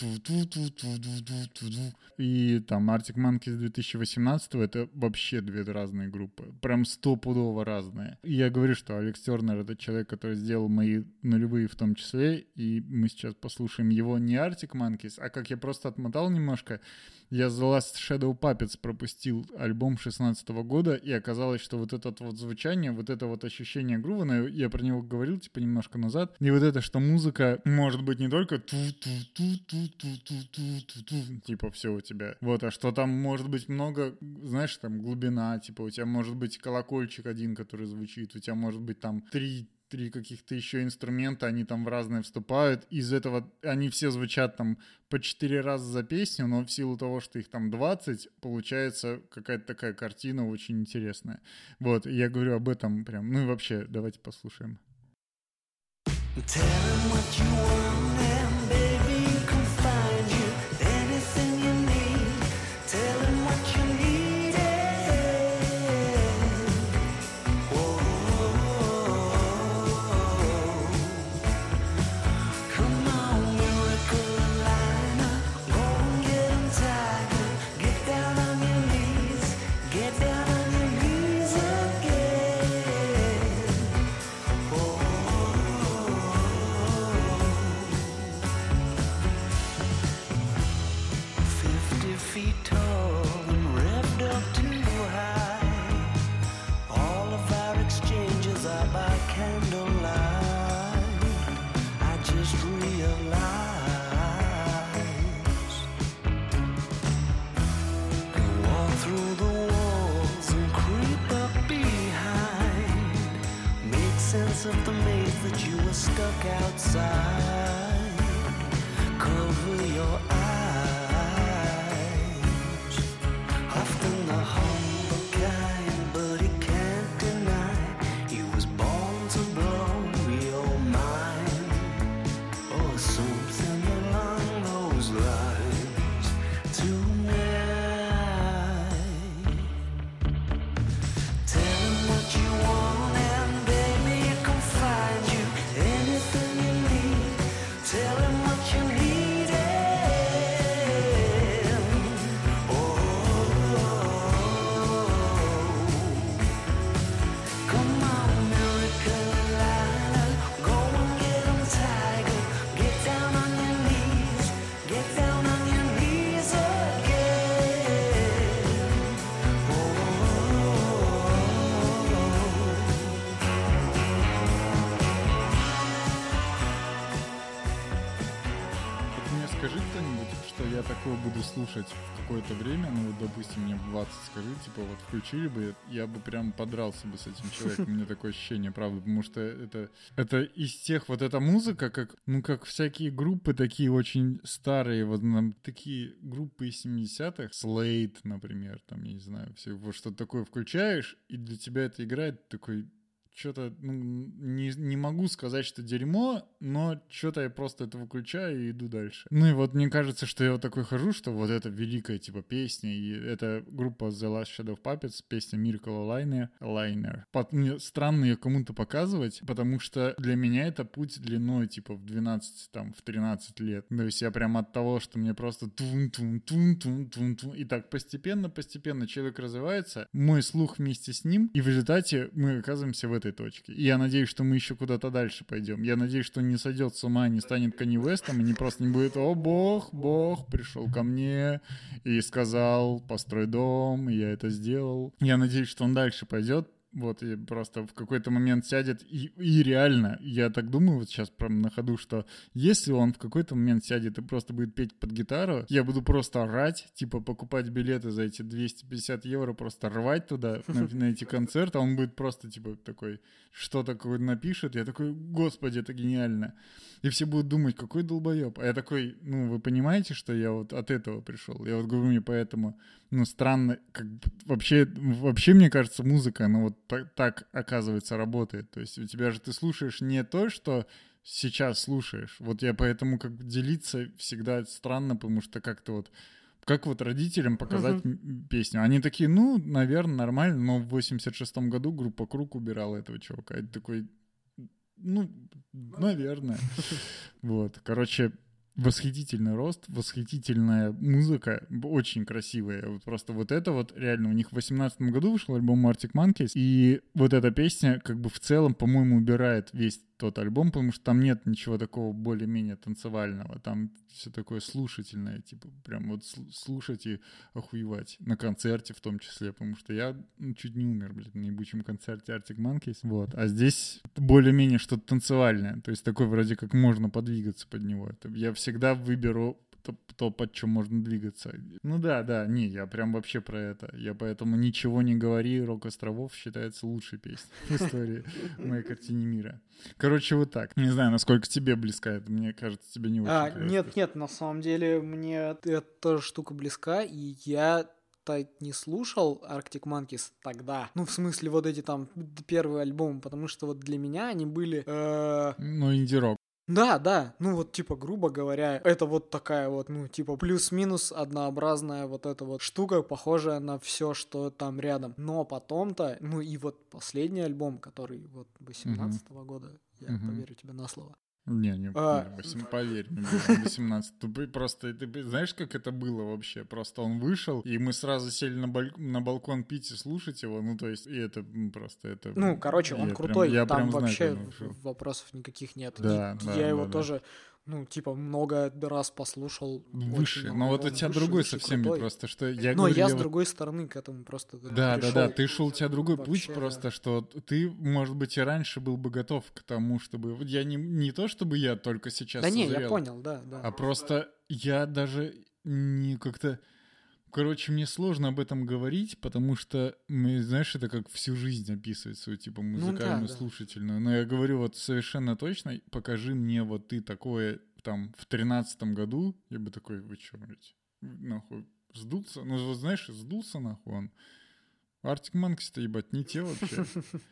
[SPEAKER 1] и там Arctic Monkeys две тысячи восемнадцатого это вообще две разные группы. Прям стопудово разные. И я говорю, что Алекс Тернер — это человек, который сделал мои нулевые в том числе, и мы сейчас послушаем его не Arctic Monkeys, а как я просто отмотал немножко, я The Last Shadow Puppets пропустил альбом шестнадцатого года, и оказалось, что вот это вот звучание, вот это вот ощущение грува, я про него говорил, типа, немножко назад, и вот это, что музыка может быть не только ту-ту-ту-ту-ту-ту-ту-ту, типа, все у тебя, вот, а что там может быть много, знаешь, там, глубина, типа, у тебя может быть колокольчик один, который звучит, у тебя может быть там три три каких-то еще инструмента, они там в разные вступают. Из этого они все звучат там по четыре раза за песню, но в силу того, что их там двадцать, получается какая-то такая картина очень интересная. Вот, я говорю об этом прям. Ну и вообще, давайте послушаем.
[SPEAKER 3] Of the maze that you were stuck outside, cover your eyes. Often the humble kind, but he can't deny he was born to blow your mind, or something along those lines. Tonight, tell him what you want.
[SPEAKER 1] Такое буду слушать в какое-то время, ну вот, допустим, мне в двадцать скажи, типа, вот включили бы, я бы прям подрался бы с этим человеком, у меня такое ощущение, правда, потому что это, это из тех, вот эта музыка, как, ну, как всякие группы такие очень старые, вот нам такие группы из семидесятых, Slade, например, там, я не знаю, все, вот что-то такое включаешь, и для тебя это играет такой... Что-то, ну, не, не могу сказать, что дерьмо, но что-то я просто это выключаю и иду дальше. Ну и вот мне кажется, что я вот такой хожу, что вот это великая, типа, песня, и это группа The Last Shadow Puppets, песня Miracle Liner. Liner. Под, мне странно ее кому-то показывать, потому что для меня это путь длиной, типа, в двенадцать, там, в тринадцать лет. То есть я прям от того, что мне просто тун-тун-тун-тун-тун-тун, и так постепенно-постепенно человек развивается, мой слух вместе с ним, и в результате мы оказываемся в этой точке. И я надеюсь, что мы еще куда-то дальше пойдем. Я надеюсь, что он не сойдет с ума, не станет Канье Уэстом, и не просто не будет: «О, Бог, Бог пришел ко мне и сказал, построй дом», и я это сделал. Я надеюсь, что он дальше пойдет. Вот, и просто в какой-то момент сядет, и, и реально, я так думаю вот сейчас прям на ходу, что если он в какой-то момент сядет и просто будет петь под гитару, я буду просто орать, типа покупать билеты за эти двести пятьдесят евро, просто рвать туда на, на эти концерты, а он будет просто типа такой, что такое напишет, я такой: господи, это гениально. И все будут думать, какой долбоеб. А я такой: ну, вы понимаете, что я вот от этого пришел? Я вот говорю, мне поэтому, ну, странно, как вообще, вообще, мне кажется, музыка, она вот так, так, оказывается, работает. То есть у тебя же ты слушаешь не то, что сейчас слушаешь. Вот я поэтому как бы делиться всегда странно, потому что как-то вот как вот родителям показать uh-huh. песню. Они такие, ну, наверное, нормально, но в восемьдесят шестом году группа Круг убирала этого чувака. Это такой, ну, наверное. Вот, короче... Восхитительный рост, восхитительная музыка, очень красивая. Вот просто вот это вот реально у них в восемнадцатом году вышел альбом Arctic Monkeys, и вот эта песня как бы в целом, по-моему, убирает весь тот альбом, потому что там нет ничего такого более-менее танцевального, там все такое слушательное, типа прям вот слушать и охуевать на концерте в том числе, потому что я ну, чуть не умер, блядь, на ебучем концерте Arctic Monkeys, вот, а здесь более-менее что-то танцевальное, то есть такое вроде как можно подвигаться под него. Это я всегда выберу то, то, под чем можно двигаться. Ну да, да, не, я прям вообще про это. Я поэтому «Ничего не говори», «Рок островов» считается лучшей песней в истории моей картине мира. Короче, вот так. Не знаю, насколько тебе близка это. Мне кажется, тебе не очень.
[SPEAKER 2] А, нет, нет, на самом деле мне эта штука близка, и я не слушал Arctic Monkeys тогда. Ну, в смысле, вот эти там первые альбомы, потому что вот для меня они были... Э...
[SPEAKER 1] Ну, инди-рок.
[SPEAKER 2] Да, да, ну вот типа, грубо говоря, это вот такая вот, ну типа плюс-минус однообразная вот эта вот штука, похожая на все, что там рядом. Но потом-то, ну и вот последний альбом, который вот восемнадцатого uh-huh. года, я uh-huh. поверю тебе на слово.
[SPEAKER 1] Не, не, а... не поверь, не восемнадцать. Просто, ты знаешь, как это было вообще? Просто он вышел, и мы сразу сели на, баль... на балкон пить и слушать его, ну, то есть, и это просто, это...
[SPEAKER 2] Ну, короче, он я крутой, прям, там вообще знаю, вопросов никаких нет.
[SPEAKER 1] Да,
[SPEAKER 2] и
[SPEAKER 1] да,
[SPEAKER 2] я
[SPEAKER 1] да,
[SPEAKER 2] его
[SPEAKER 1] да.
[SPEAKER 2] тоже... Ну, типа, много раз послушал.
[SPEAKER 1] Выше. Но вот у тебя выше, другой выше, совсем крутой. Не просто, что я
[SPEAKER 2] Но
[SPEAKER 1] говорю,
[SPEAKER 2] я
[SPEAKER 1] я
[SPEAKER 2] с
[SPEAKER 1] вот...
[SPEAKER 2] другой стороны к этому просто
[SPEAKER 1] Да,
[SPEAKER 2] пришел.
[SPEAKER 1] да, да, ты шел, у тебя другой
[SPEAKER 2] вообще...
[SPEAKER 1] путь просто, что ты, может быть, и раньше был бы готов к тому, чтобы... Я не, не то, чтобы я только сейчас
[SPEAKER 2] Да
[SPEAKER 1] созрел,
[SPEAKER 2] не, я понял, да, да.
[SPEAKER 1] А просто я даже не как-то... Короче, мне сложно об этом говорить, потому что, знаешь, это как всю жизнь описывать свою, типа, музыкальную, ну, да, слушательную. Да. Но я говорю вот совершенно точно, покажи мне вот ты такое, там, в тринадцатом году, я бы такой, вы чё, блядь, нахуй, сдулся? Ну, вот знаешь, сдулся, нахуй он. Arctic Monkeys-то, ебать, не те вообще.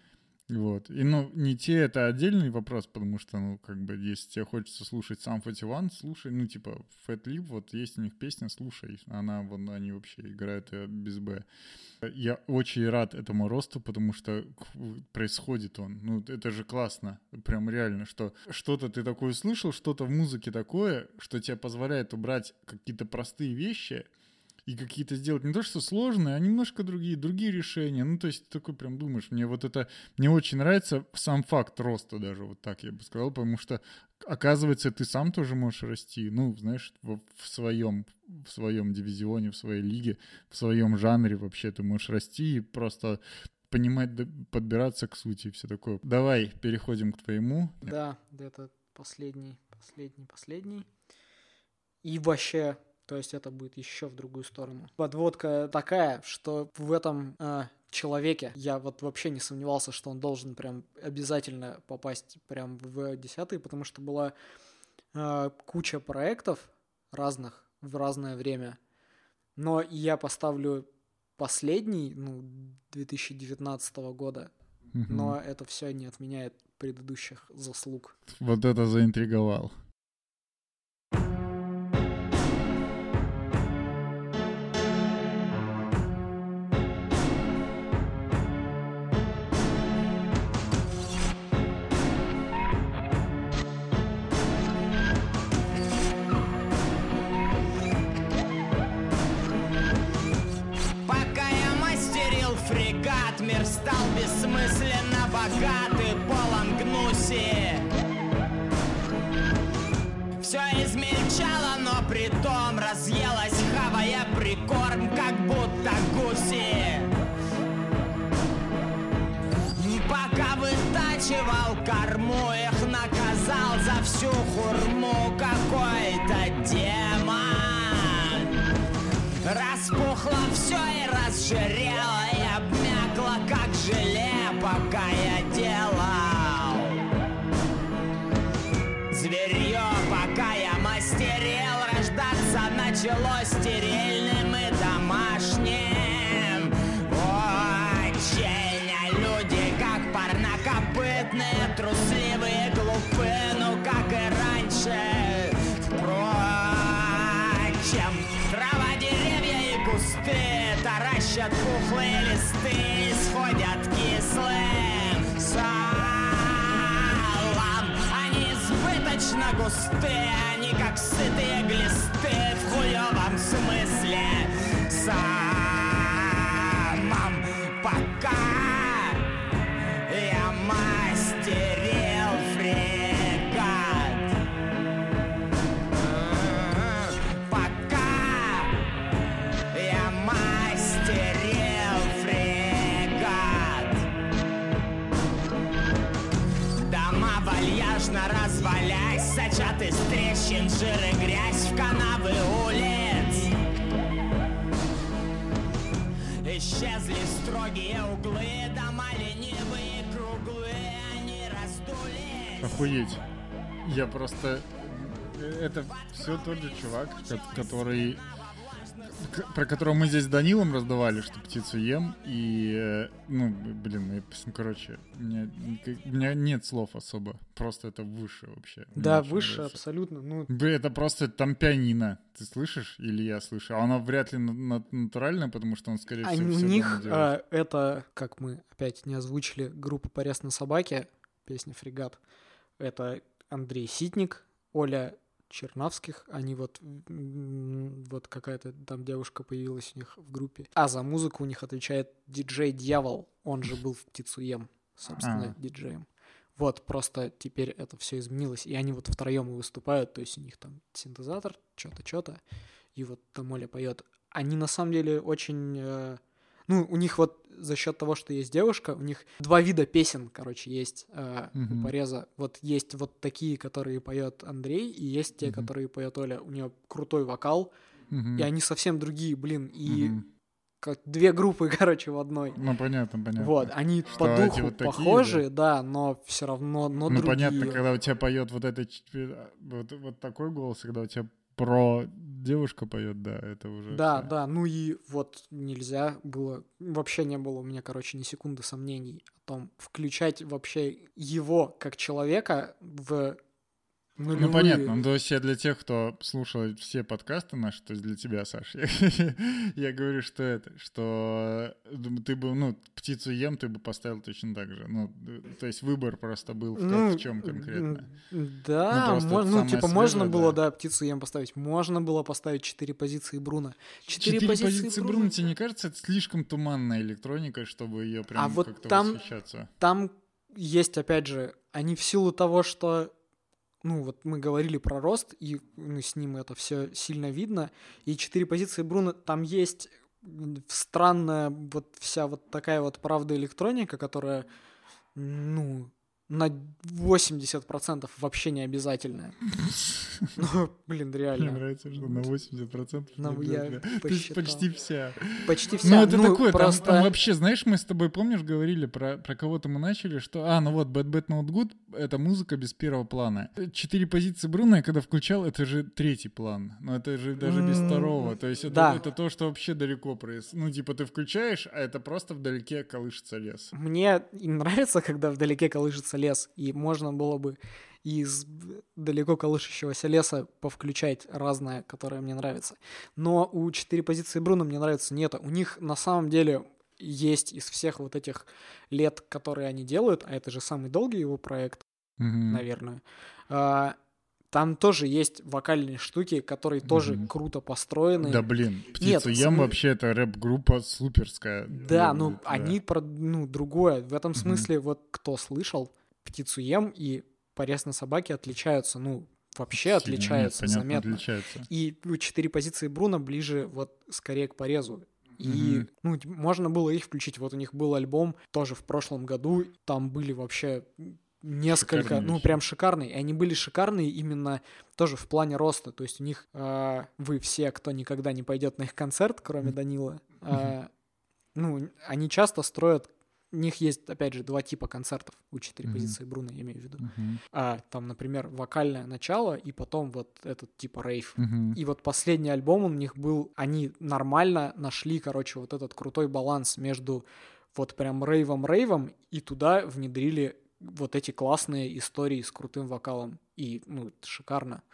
[SPEAKER 1] Вот. И, ну, не те — это отдельный вопрос, потому что, ну, как бы, если тебе хочется слушать Sum форти ван, слушай, ну, типа, Fat Lip, вот есть у них песня, слушай, она, вот, они вообще играют ее без Б. Я очень рад этому росту, потому что происходит он, ну, это же классно, прям реально, что что-то ты такое слышал, что-то в музыке такое, что тебе позволяет убрать какие-то простые вещи, и какие-то сделать не то, что сложные, а немножко другие, другие решения. Ну, то есть ты такой прям думаешь, мне вот это, мне очень нравится сам факт роста даже, вот так я бы сказал, потому что, оказывается, ты сам тоже можешь расти, ну, знаешь, в, в своем, в своем дивизионе, в своей лиге, в своем жанре вообще ты можешь расти и просто понимать, подбираться к сути и все такое. Давай переходим к твоему.
[SPEAKER 2] Да, это последний, последний, последний. И вообще... То есть это будет еще в другую сторону. Подводка такая, что в этом э, человеке я вот вообще не сомневался, что он должен прям обязательно попасть прям в десятый, потому что была э, куча проектов разных в разное время. Но я поставлю последний, ну, две тысячи девятнадцатого года, угу. Но это все не отменяет предыдущих заслуг.
[SPEAKER 1] Вот это заинтриговал.
[SPEAKER 3] Мир стал бессмысленно богат и полон гнуси. Все измельчало, но притом разъелось, хавая прикорм, как будто гуси. Пока вытачивал корму, их наказал за всю хурму какой-то демон. Распухло все и разжирело, и обмякло, как желе, пока я делал зверье, пока я мастерил. Рождаться начало стерильным и домашним. Очень, а люди как парнокопытные, трусливые, глупые, ну как и раньше. Впрочем, трава деревья
[SPEAKER 5] Плачут пухлые листы, исходят кислым салом. Они избыточно густые, они как сытые глисты в хуёвом смысле самом. Пока я мастерил фрегат, пока я мастерил фрегат, дома вальяжно развалясь, сочат из трещин жир и грязь в канавы улиц. Исчезли строгие углы, дома ленивые, круглые, они раздулись.
[SPEAKER 1] Охуеть. Я просто... Это все тот же чувак, который... Про которого мы здесь с Данилом раздавали, что птицу ем, и, ну, блин, я, короче, у меня, у меня нет слов особо, просто это выше вообще.
[SPEAKER 2] Да, выше нравится. Абсолютно. Ну...
[SPEAKER 1] Это просто там пианино, ты слышишь или я слышу? А оно вряд ли натуральное, потому что он, скорее
[SPEAKER 2] а
[SPEAKER 1] всего,
[SPEAKER 2] у
[SPEAKER 1] все
[SPEAKER 2] них а, это, как мы опять не озвучили, группа «Порез на собаке», песня «Фрегат», это Андрей Ситник, Оля Чернавских, они вот, вот какая-то там девушка появилась у них в группе. А за музыку у них отвечает диджей Дьявол, он же был в «Птицу ем», собственно, а. диджеем. Вот, просто теперь это все изменилось, и они вот втроем и выступают, то есть у них там синтезатор, что-то, что-то, и вот там Оля поет. Они на самом деле очень... Э, ну, у них вот за счет того, что есть девушка, у них два вида песен, короче, есть э, mm-hmm. у Пореза. Вот есть вот такие, которые поет Андрей, и есть те, mm-hmm. которые поет Оля. У нее крутой вокал, mm-hmm. и они совсем другие, блин, и mm-hmm. как две группы, короче, в одной.
[SPEAKER 1] Ну, понятно, понятно.
[SPEAKER 2] Вот, они что по духу вот такие, похожи, да? да, но все равно, но
[SPEAKER 1] ну,
[SPEAKER 2] другие.
[SPEAKER 1] Ну, понятно, когда у тебя поет вот это, вот, вот такой голос, когда у тебя про девушка поет, да, это уже...
[SPEAKER 2] Да,
[SPEAKER 1] все.
[SPEAKER 2] да, ну и вот нельзя было, вообще не было у меня, короче, ни секунды сомнений о том, включать вообще его как человека в нулевые...
[SPEAKER 1] Ну, понятно, ну, то есть я для тех, кто слушал все подкасты наши, то есть для тебя, Саш, я, я говорю, что это, что ты бы, ну, птицу ем, ты бы поставил точно так же, ну, то есть выбор просто был в, ну, в чем конкретно.
[SPEAKER 2] Да, ну, мож, ну типа свежее, можно да. было, да, птицу ем поставить, можно было поставить четыре позиции Бруно.
[SPEAKER 1] Четыре, четыре позиции, позиции Бруно, Бруно, тебе не кажется, это слишком туманная электроника, чтобы ее прям
[SPEAKER 2] а вот
[SPEAKER 1] как-то
[SPEAKER 2] там,
[SPEAKER 1] восхищаться?
[SPEAKER 2] Там есть, опять же, они в силу того, что ну, вот мы говорили про рост, и ну, с ним это все сильно видно. И четыре позиции Бруно, там есть странная вот вся вот такая вот правда электроника, которая, ну, на восемьдесят процентов вообще не обязательная. Ну, блин, реально.
[SPEAKER 1] Мне нравится, что на восемьдесят процентов не
[SPEAKER 2] обязательно.
[SPEAKER 1] То есть почти вся.
[SPEAKER 2] Почти вся.
[SPEAKER 1] Ну, это ну, такое, просто... там, там вообще, знаешь, мы с тобой, помнишь, говорили про, про кого-то мы начали, что, а, ну вот, Bad Bad Not Good — это музыка без первого плана. Четыре позиции Бруно я когда включал, это же третий план. Но это же даже без второго. То есть это, да. это то, что вообще далеко происходит. Ну, типа, ты включаешь, а это просто вдалеке колышется лес.
[SPEAKER 2] Мне нравится, когда вдалеке колышется лес, и можно было бы из далеко колышущегося леса повключать разное, которое мне нравится. Но у четыре позиции Бруно мне нравится нет. У них на самом деле есть из всех вот этих лет, которые они делают, а это же самый долгий его проект, mm-hmm. наверное, а, там тоже есть вокальные штуки, которые mm-hmm. тоже круто построены.
[SPEAKER 1] Да блин, Птицу ем мы... вообще это рэп-группа суперская.
[SPEAKER 2] Да, ну да. они про ну, другое. В этом смысле mm-hmm. вот кто слышал Птицу ем и Порез на собаке отличаются, ну, вообще Сильно, отличаются
[SPEAKER 1] нет, понятно,
[SPEAKER 2] заметно.
[SPEAKER 1] Отличаются.
[SPEAKER 2] И четыре позиции Бруно ближе вот скорее к Порезу. И, mm-hmm. ну, можно было их включить. Вот у них был альбом тоже в прошлом году, там были вообще несколько, шикарные ну, вещи. Прям шикарные. И они были шикарные именно тоже в плане роста. То есть у них, э, вы все, кто никогда не пойдет на их концерт, кроме mm-hmm. Данила, э, ну, они часто строят. У них есть, опять же, два типа концертов у четыре mm-hmm. позиции Бруно, я имею в виду. Mm-hmm. А, там, например, вокальное начало, и потом вот этот типа рейв. Mm-hmm. И вот последний альбом у них был, они нормально нашли, короче, вот этот крутой баланс между вот прям рейвом-рейвом, и туда внедрили вот эти классные истории с крутым вокалом. И, ну, это шикарно.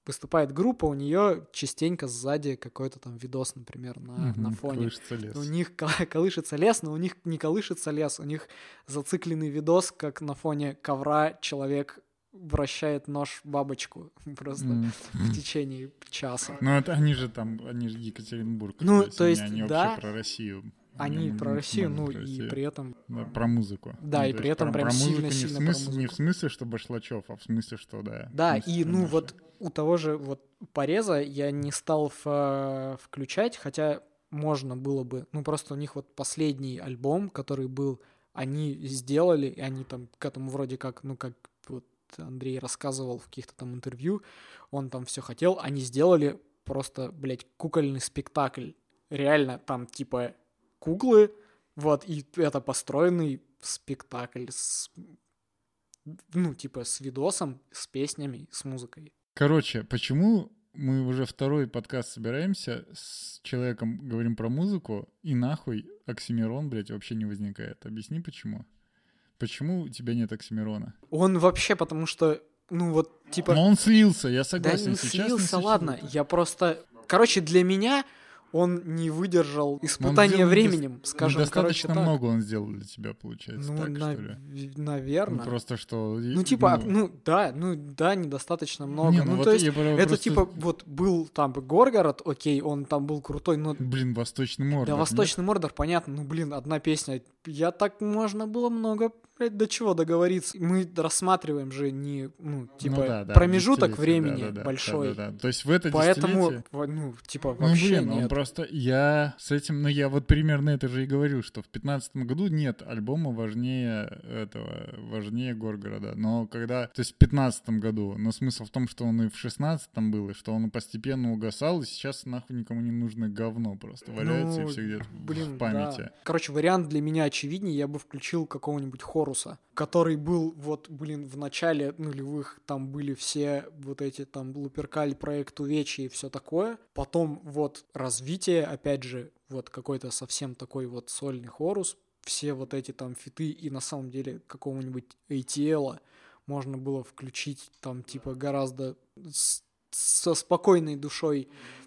[SPEAKER 2] выступает группа, у нее частенько сзади какой-то там видос, например, на,
[SPEAKER 1] угу,
[SPEAKER 2] на фоне.
[SPEAKER 1] Колышется лес.
[SPEAKER 2] У них колышется лес, но у них не колышется лес, у них зацикленный видос, как на фоне ковра человек вращает нож бабочку просто mm. в течение часа.
[SPEAKER 1] Ну, это они же там, они же Екатеринбург.
[SPEAKER 2] Ну,
[SPEAKER 1] то есть,
[SPEAKER 2] то есть
[SPEAKER 1] они, они
[SPEAKER 2] да,
[SPEAKER 1] вообще про Россию.
[SPEAKER 2] Они, они про Россию, ну, про Россию. И при этом...
[SPEAKER 1] Да, про музыку.
[SPEAKER 2] Да,
[SPEAKER 1] ну,
[SPEAKER 2] и при этом
[SPEAKER 1] про,
[SPEAKER 2] прям
[SPEAKER 1] про
[SPEAKER 2] сильно-сильно
[SPEAKER 1] не,
[SPEAKER 2] про
[SPEAKER 1] смысл, не в смысле, что Башлачев, а в смысле, что, да.
[SPEAKER 2] Да,
[SPEAKER 1] смысле,
[SPEAKER 2] и, ну,
[SPEAKER 1] наша.
[SPEAKER 2] вот у того же вот Пореза я не стал в, включать, хотя можно было бы, ну, просто у них вот последний альбом, который был, они сделали, и они там к этому вроде как, ну, как вот Андрей рассказывал в каких-то там интервью, он там все хотел, они сделали просто, блядь, кукольный спектакль. Реально, там, типа, куклы, вот, и это построенный спектакль с, ну, типа, с видосом, с песнями, с музыкой.
[SPEAKER 1] Короче, почему мы уже второй подкаст собираемся, с человеком говорим про музыку, и нахуй Оксимирон, блядь, вообще не возникает? Объясни, почему? Почему у тебя нет Оксимирона?
[SPEAKER 2] Он вообще, потому что, ну вот, типа...
[SPEAKER 1] Но он слился, я согласен.
[SPEAKER 2] Да не
[SPEAKER 1] сейчас
[SPEAKER 2] слился,
[SPEAKER 1] не
[SPEAKER 2] ладно, я просто... Короче, для меня он не выдержал испытания временем,
[SPEAKER 1] до...
[SPEAKER 2] скажем,
[SPEAKER 1] достаточно
[SPEAKER 2] короче,
[SPEAKER 1] много так. Он сделал для тебя, получается,
[SPEAKER 2] ну,
[SPEAKER 1] так,
[SPEAKER 2] на...
[SPEAKER 1] что ли?
[SPEAKER 2] Наверное.
[SPEAKER 1] Ну, просто что...
[SPEAKER 2] Ну, типа, ну, ну да, ну, да, недостаточно много.
[SPEAKER 1] Не,
[SPEAKER 2] ну,
[SPEAKER 1] ну, вот
[SPEAKER 2] то есть,
[SPEAKER 1] это
[SPEAKER 2] просто...
[SPEAKER 1] типа,
[SPEAKER 2] вот, был там Горгород, окей, он там был крутой, но...
[SPEAKER 1] Блин, Восточный Мордор.
[SPEAKER 2] Да, Восточный
[SPEAKER 1] нет?
[SPEAKER 2] Мордор, понятно, ну, блин, одна песня. Я так можно было много, блядь, до чего договориться. Мы рассматриваем же не, ну, типа, ну, да, да,
[SPEAKER 1] десятилетие,
[SPEAKER 2] промежуток времени
[SPEAKER 1] да, да,
[SPEAKER 2] большой.
[SPEAKER 1] Да, да, да. То есть в это
[SPEAKER 2] Поэтому,
[SPEAKER 1] десятилетие...
[SPEAKER 2] ну, типа,
[SPEAKER 1] ну,
[SPEAKER 2] вообще
[SPEAKER 1] блин,
[SPEAKER 2] нет.
[SPEAKER 1] Он просто... Я с этим... Ну, я вот примерно это же и говорю, что в пятнадцатом году нет альбома важнее этого, важнее Горгорода. Но когда... То есть в пятнадцатом году. Но смысл в том, что он и в шестнадцатом был, и что он постепенно угасал, и сейчас нахуй никому не нужно говно просто валяется, ну, и все где-то блин, в памяти.
[SPEAKER 2] Да. Короче, вариант для меня очевиднее. Я бы включил какого-нибудь Хоруса, который был вот, блин, в начале нулевых, там были все вот эти там Луперкаль, проект Увечья и все такое. Потом вот развитие, опять же, вот какой-то совсем такой вот сольный Хорус, все вот эти там фиты, и на самом деле какого-нибудь эй ти эл можно было включить там типа гораздо с- со спокойной душой,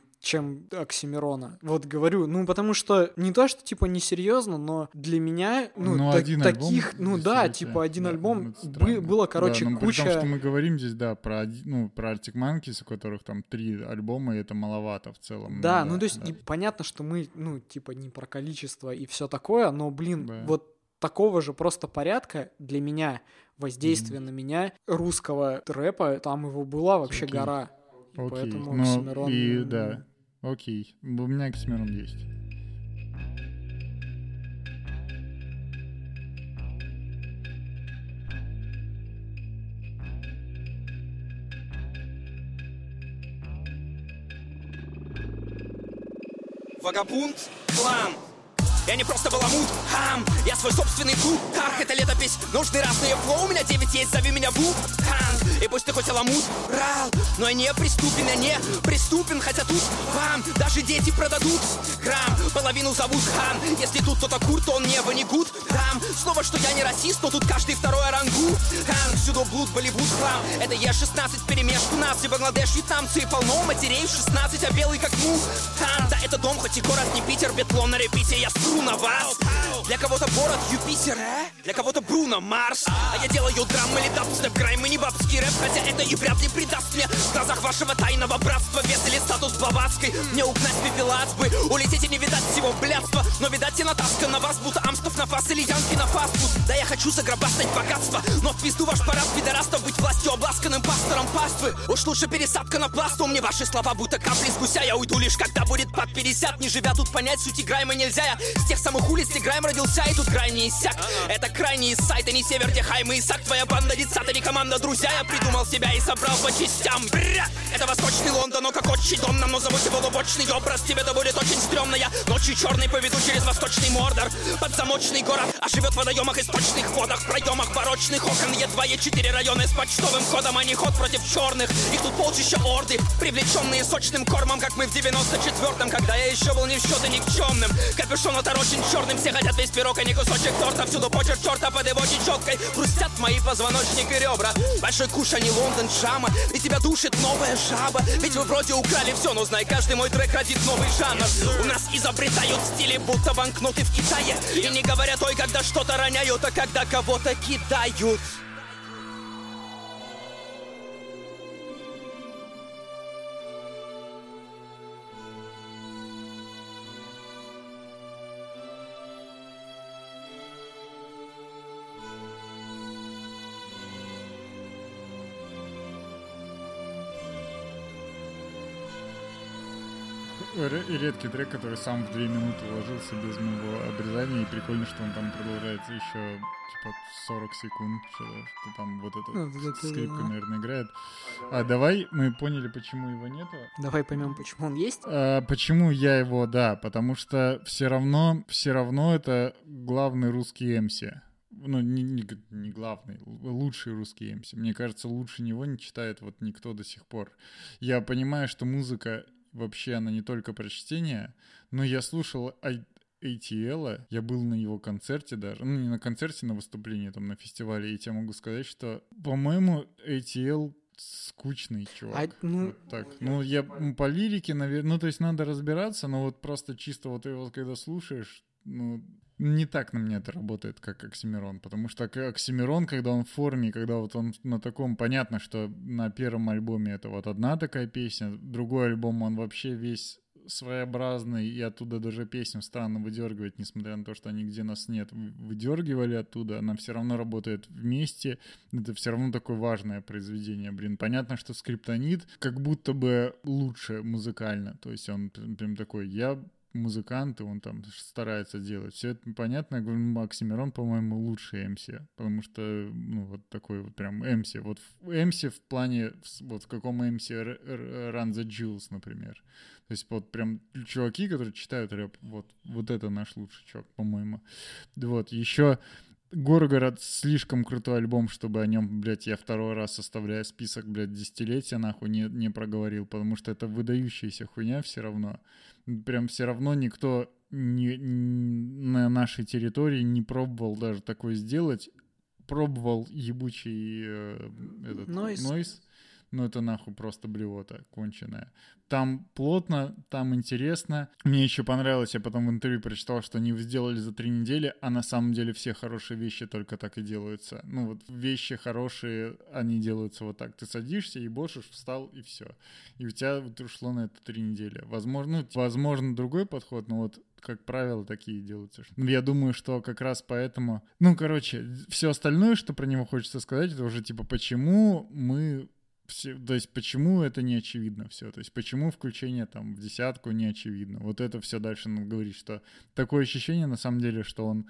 [SPEAKER 2] чем Оксимирона. Вот говорю, ну, потому что не то, что, типа, несерьезно, но для меня, ну,
[SPEAKER 1] ну
[SPEAKER 2] та-
[SPEAKER 1] один
[SPEAKER 2] таких,
[SPEAKER 1] альбом,
[SPEAKER 2] ну, да,
[SPEAKER 1] действительно.
[SPEAKER 2] типа, один
[SPEAKER 1] да,
[SPEAKER 2] альбом
[SPEAKER 1] ну,
[SPEAKER 2] бы, было, короче,
[SPEAKER 1] да, но
[SPEAKER 2] куча...
[SPEAKER 1] При том, что мы говорим здесь, да, про, ну, про Arctic Monkeys, у которых там три альбома, и это маловато в целом.
[SPEAKER 2] Да,
[SPEAKER 1] ну,
[SPEAKER 2] ну,
[SPEAKER 1] да,
[SPEAKER 2] то есть,
[SPEAKER 1] да.
[SPEAKER 2] и понятно, что мы, ну, типа, не про количество и все такое, но, блин,
[SPEAKER 1] да.
[SPEAKER 2] вот такого же просто порядка для меня, воздействия mm-hmm. на меня русского рэпа, там его была вообще
[SPEAKER 1] Окей.
[SPEAKER 2] гора.
[SPEAKER 1] Окей.
[SPEAKER 2] Поэтому
[SPEAKER 1] ну,
[SPEAKER 2] Оксимирон...
[SPEAKER 1] И, да. Окей, у меня Оксимирон есть.
[SPEAKER 5] Вагабунт, клан. Я не просто баламут, хам, я свой собственный труд. Ах, это летопись, нужный раз, но я флоу, у меня девять есть, зови меня Вуп, хан. И пусть ты хоть аламут, рал, но я не приступен, я не приступен, хотя тут вам даже дети продадут грамм, половину зовут хан. Если тут кто-то курт, то он не ванигут, дам. Снова, что я не расист, но тут каждый второй орангу. Хан, всюду блуд, Болливуд, хлам. Это Е шестнадцать вперемешку нас, и Бангладеш, вьетнамцы, и полно матерей в шестнадцать, а белый как му. Хан, да это дом, хоть и город не Питер, бетлон на репите, я стру на вас. Для кого-то город Юпитер, для кого-то Бруно Марс. А я делаю драм или дабстеп, грайм и не бабский рэп, хотя это и вряд ли придаст мне в глазах вашего тайного братства вес или статус Блаватской. Мне угнать пепелац бы, улететь и не видать всего блядства. Но видать и натаска на вас, будто амстов на вас или янки на фастфуд. Да я хочу заграбастать богатство, но в пизду ваш парад пидорастов быть властью обласканным пастором паствы. Уж лучше пересадка на пласту, мне ваши слова будто капли с гуся. Я уйду лишь когда будет под пятьдесят, не живя тут понять сути грайма нельзя. Я с тех самых улиц, где грайм родился, и тут грай не иссяк. Это крайний сайт, а не север, где Хайм и Исаак. Твоя банда детсад, а не команда друзья. Я придумал себя и собрал по частям. Брррр! Это восточный Лондон, но как отчий дом нам, но зовут его лубочный образ. Тебе это будет очень стрёмно. Я ночью черный поведу через восточный Мордор. Под замочек восточный город, а живет в водоемах, источных водах, в проемах барочных окон. Е2, Е4 районы с почтовым кодом, а не ход против черных. Их тут полчища орды, привлеченные сочным кормом, как мы в девяносто четвёртом, когда я еще был ни в счет и никчемным. Капюшон оторочен черным, все хотят весь пирог, а не кусочек торта. Всюду почерк черта под его чечеткой, хрустят мои позвоночник и ребра. Большой куш, а не Лондон, Джама, и тебя душит новая жаба. Ведь вы вроде украли все, но знай, каждый мой трек родит новый жанр. У нас изобретают стили, будто банкноты в Китае. И не говорят ой, когда что-то роняют, а когда кого-то кидают.
[SPEAKER 1] Редкий трек, который сам в две минуты уложился без моего обрезания, и прикольно, что он там продолжается еще типа сорок секунд, что, что там вот эта ну, скрипка, да. наверное, играет. А давай, мы поняли, почему его нету.
[SPEAKER 2] Давай поймем, почему он есть.
[SPEAKER 1] А, почему я его, да, потому что все равно, все равно это главный русский эм си. Ну, не, не, не главный, лучший русский эм си. Мне кажется, лучше него не читает вот никто до сих пор. Я понимаю, что музыка вообще она не только про чтение, но я слушал эй ти эл, я был на его концерте даже, ну не на концерте, на выступлении там на фестивале, и я могу сказать, что, по-моему, эй ти эл скучный чувак. А, ну... Вот так. Ну, я по лирике, наверное, ну то есть надо разбираться, но вот просто чисто вот его когда слушаешь, ну... Не так на меня это работает, как Оксимирон, потому что Оксимирон, когда он в форме, когда вот он на таком, понятно, что на первом альбоме это вот одна такая песня, другой альбом он вообще весь своеобразный, и оттуда даже песню странно выдергивать, несмотря на то, что они «Где нас нет» выдергивали оттуда, она все равно работает вместе, это все равно такое важное произведение, блин. Понятно, что Скриптонит как будто бы лучше музыкально, то есть он прям такой, я... музыкант, и он там старается делать. Все это понятно. Я говорю, Оксимирон, по-моему, лучший эм си, потому что, ну, вот такой вот прям эм си. Вот эм си в плане, вот в каком эм си Run the Jewels, например. То есть вот прям чуваки, которые читают рэп, вот, вот это наш лучший чувак, по-моему. Вот, еще... Горгород слишком крутой альбом, чтобы о нем, блядь, я второй раз составляю список, блядь, десятилетия, нахуй, не, не проговорил, потому что это выдающаяся хуйня все равно. Прям все равно никто не, не, на нашей территории не пробовал даже такое сделать. Пробовал ебучий э, этот нойз. Ну, это нахуй просто блевота конченая. Там плотно, там интересно. Мне еще понравилось, я потом в интервью прочитал, что они сделали за три недели, а на самом деле все хорошие вещи только так и делаются. Ну, вот вещи хорошие, они делаются вот так. Ты садишься, ебошишь, встал, и все. И у тебя вот ушло на это три недели. Возможно, ну, возможно, другой подход, но вот как правило, такие делаются. Ну, я думаю, что как раз поэтому... Ну, короче, все остальное, что про него хочется сказать, это уже типа, почему мы... Все, то есть почему это не очевидно все, то есть почему включение там в десятку не очевидно. Вот это все дальше надо говорить, что такое ощущение на самом деле, что он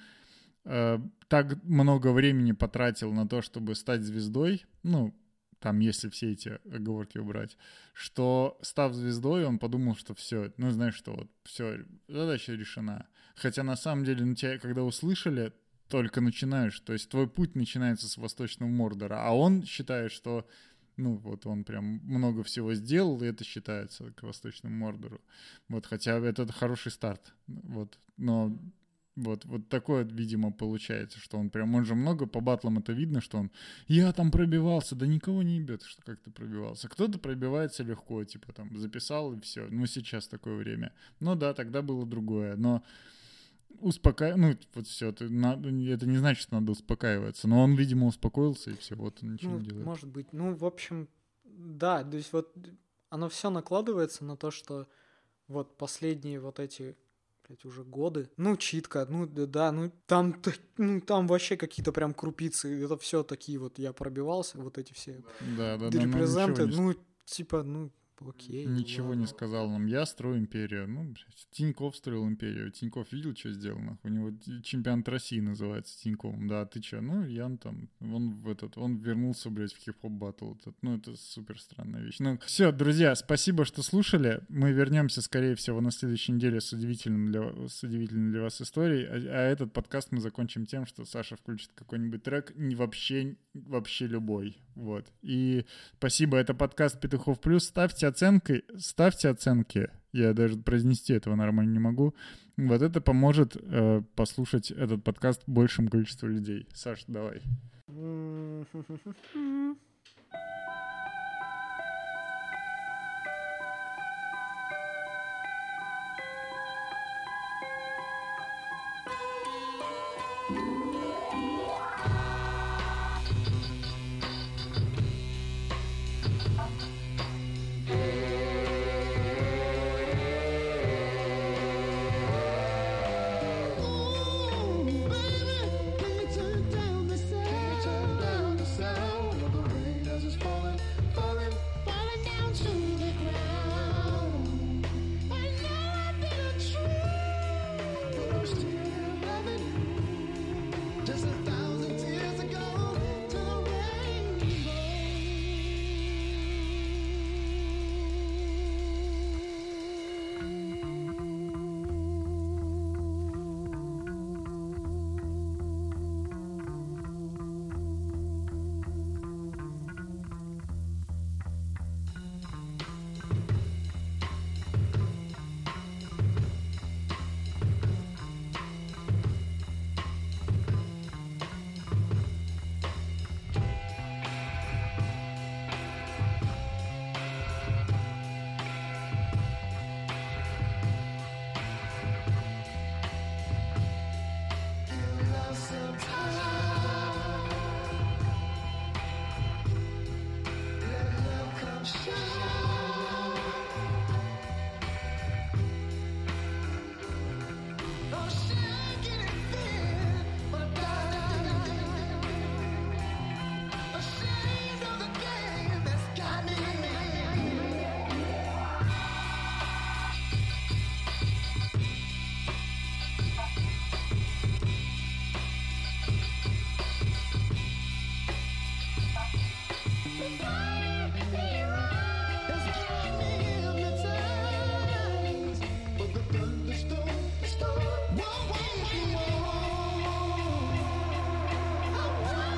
[SPEAKER 1] э, так много времени потратил на то, чтобы стать звездой, ну, там, если все эти оговорки убрать, что, став звездой, он подумал, что все, ну, знаешь, что вот все, задача решена. Хотя на самом деле, ну, тебя когда услышали, только начинаешь, то есть твой путь начинается с Восточного Мордора, а он считает, что ну, вот он прям много всего сделал, и это считается к Восточному Мордору. Вот, хотя это хороший старт. Вот, но вот, вот такое, видимо, получается, что он прям, он же много по батлам это видно, что он, я там пробивался, да никого не ебет, что как ты пробивался. Кто-то пробивается легко, типа там записал и все. Ну, сейчас такое время. Ну да, тогда было другое, но успокаиваться, ну, вот все, это, это не значит, что надо успокаиваться, но он, видимо, успокоился, и все, вот он ничего
[SPEAKER 2] ну,
[SPEAKER 1] не делает.
[SPEAKER 2] Может быть, ну, в общем, да, то есть вот оно все накладывается на то, что вот последние вот эти, блядь, уже годы, ну, читка, ну, да, ну, там, ну, там вообще какие-то прям крупицы, это все такие вот, я пробивался, вот эти все
[SPEAKER 1] да, да,
[SPEAKER 2] репрезенты, ну, типа, ну, Окей.
[SPEAKER 1] Ничего
[SPEAKER 2] ладно.
[SPEAKER 1] не сказал нам. Я строю империю. Ну, блядь, Тинькофф строил империю. Тинькофф видел, что сделал? Нахуй? У него чемпионат России называется Тиньковым. Да, ты чё? Ну, Ян там, он в этот, он вернулся, блядь, в хип-хоп баттл. Ну, это супер странная вещь. Ну, все, друзья, спасибо, что слушали. Мы вернемся, скорее всего, на следующей неделе с удивительным для, с удивительной для вас историей. А, а этот подкаст мы закончим тем, что Саша включит какой-нибудь трек, не вообще, вообще любой. Вот. И спасибо, это подкаст Петухов Плюс. Ставьте оценки, ставьте оценки. Я даже произнести этого нормально не могу. Вот это поможет э, послушать этот подкаст большему количеству людей. Саш, давай.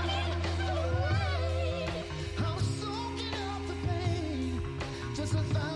[SPEAKER 3] Just a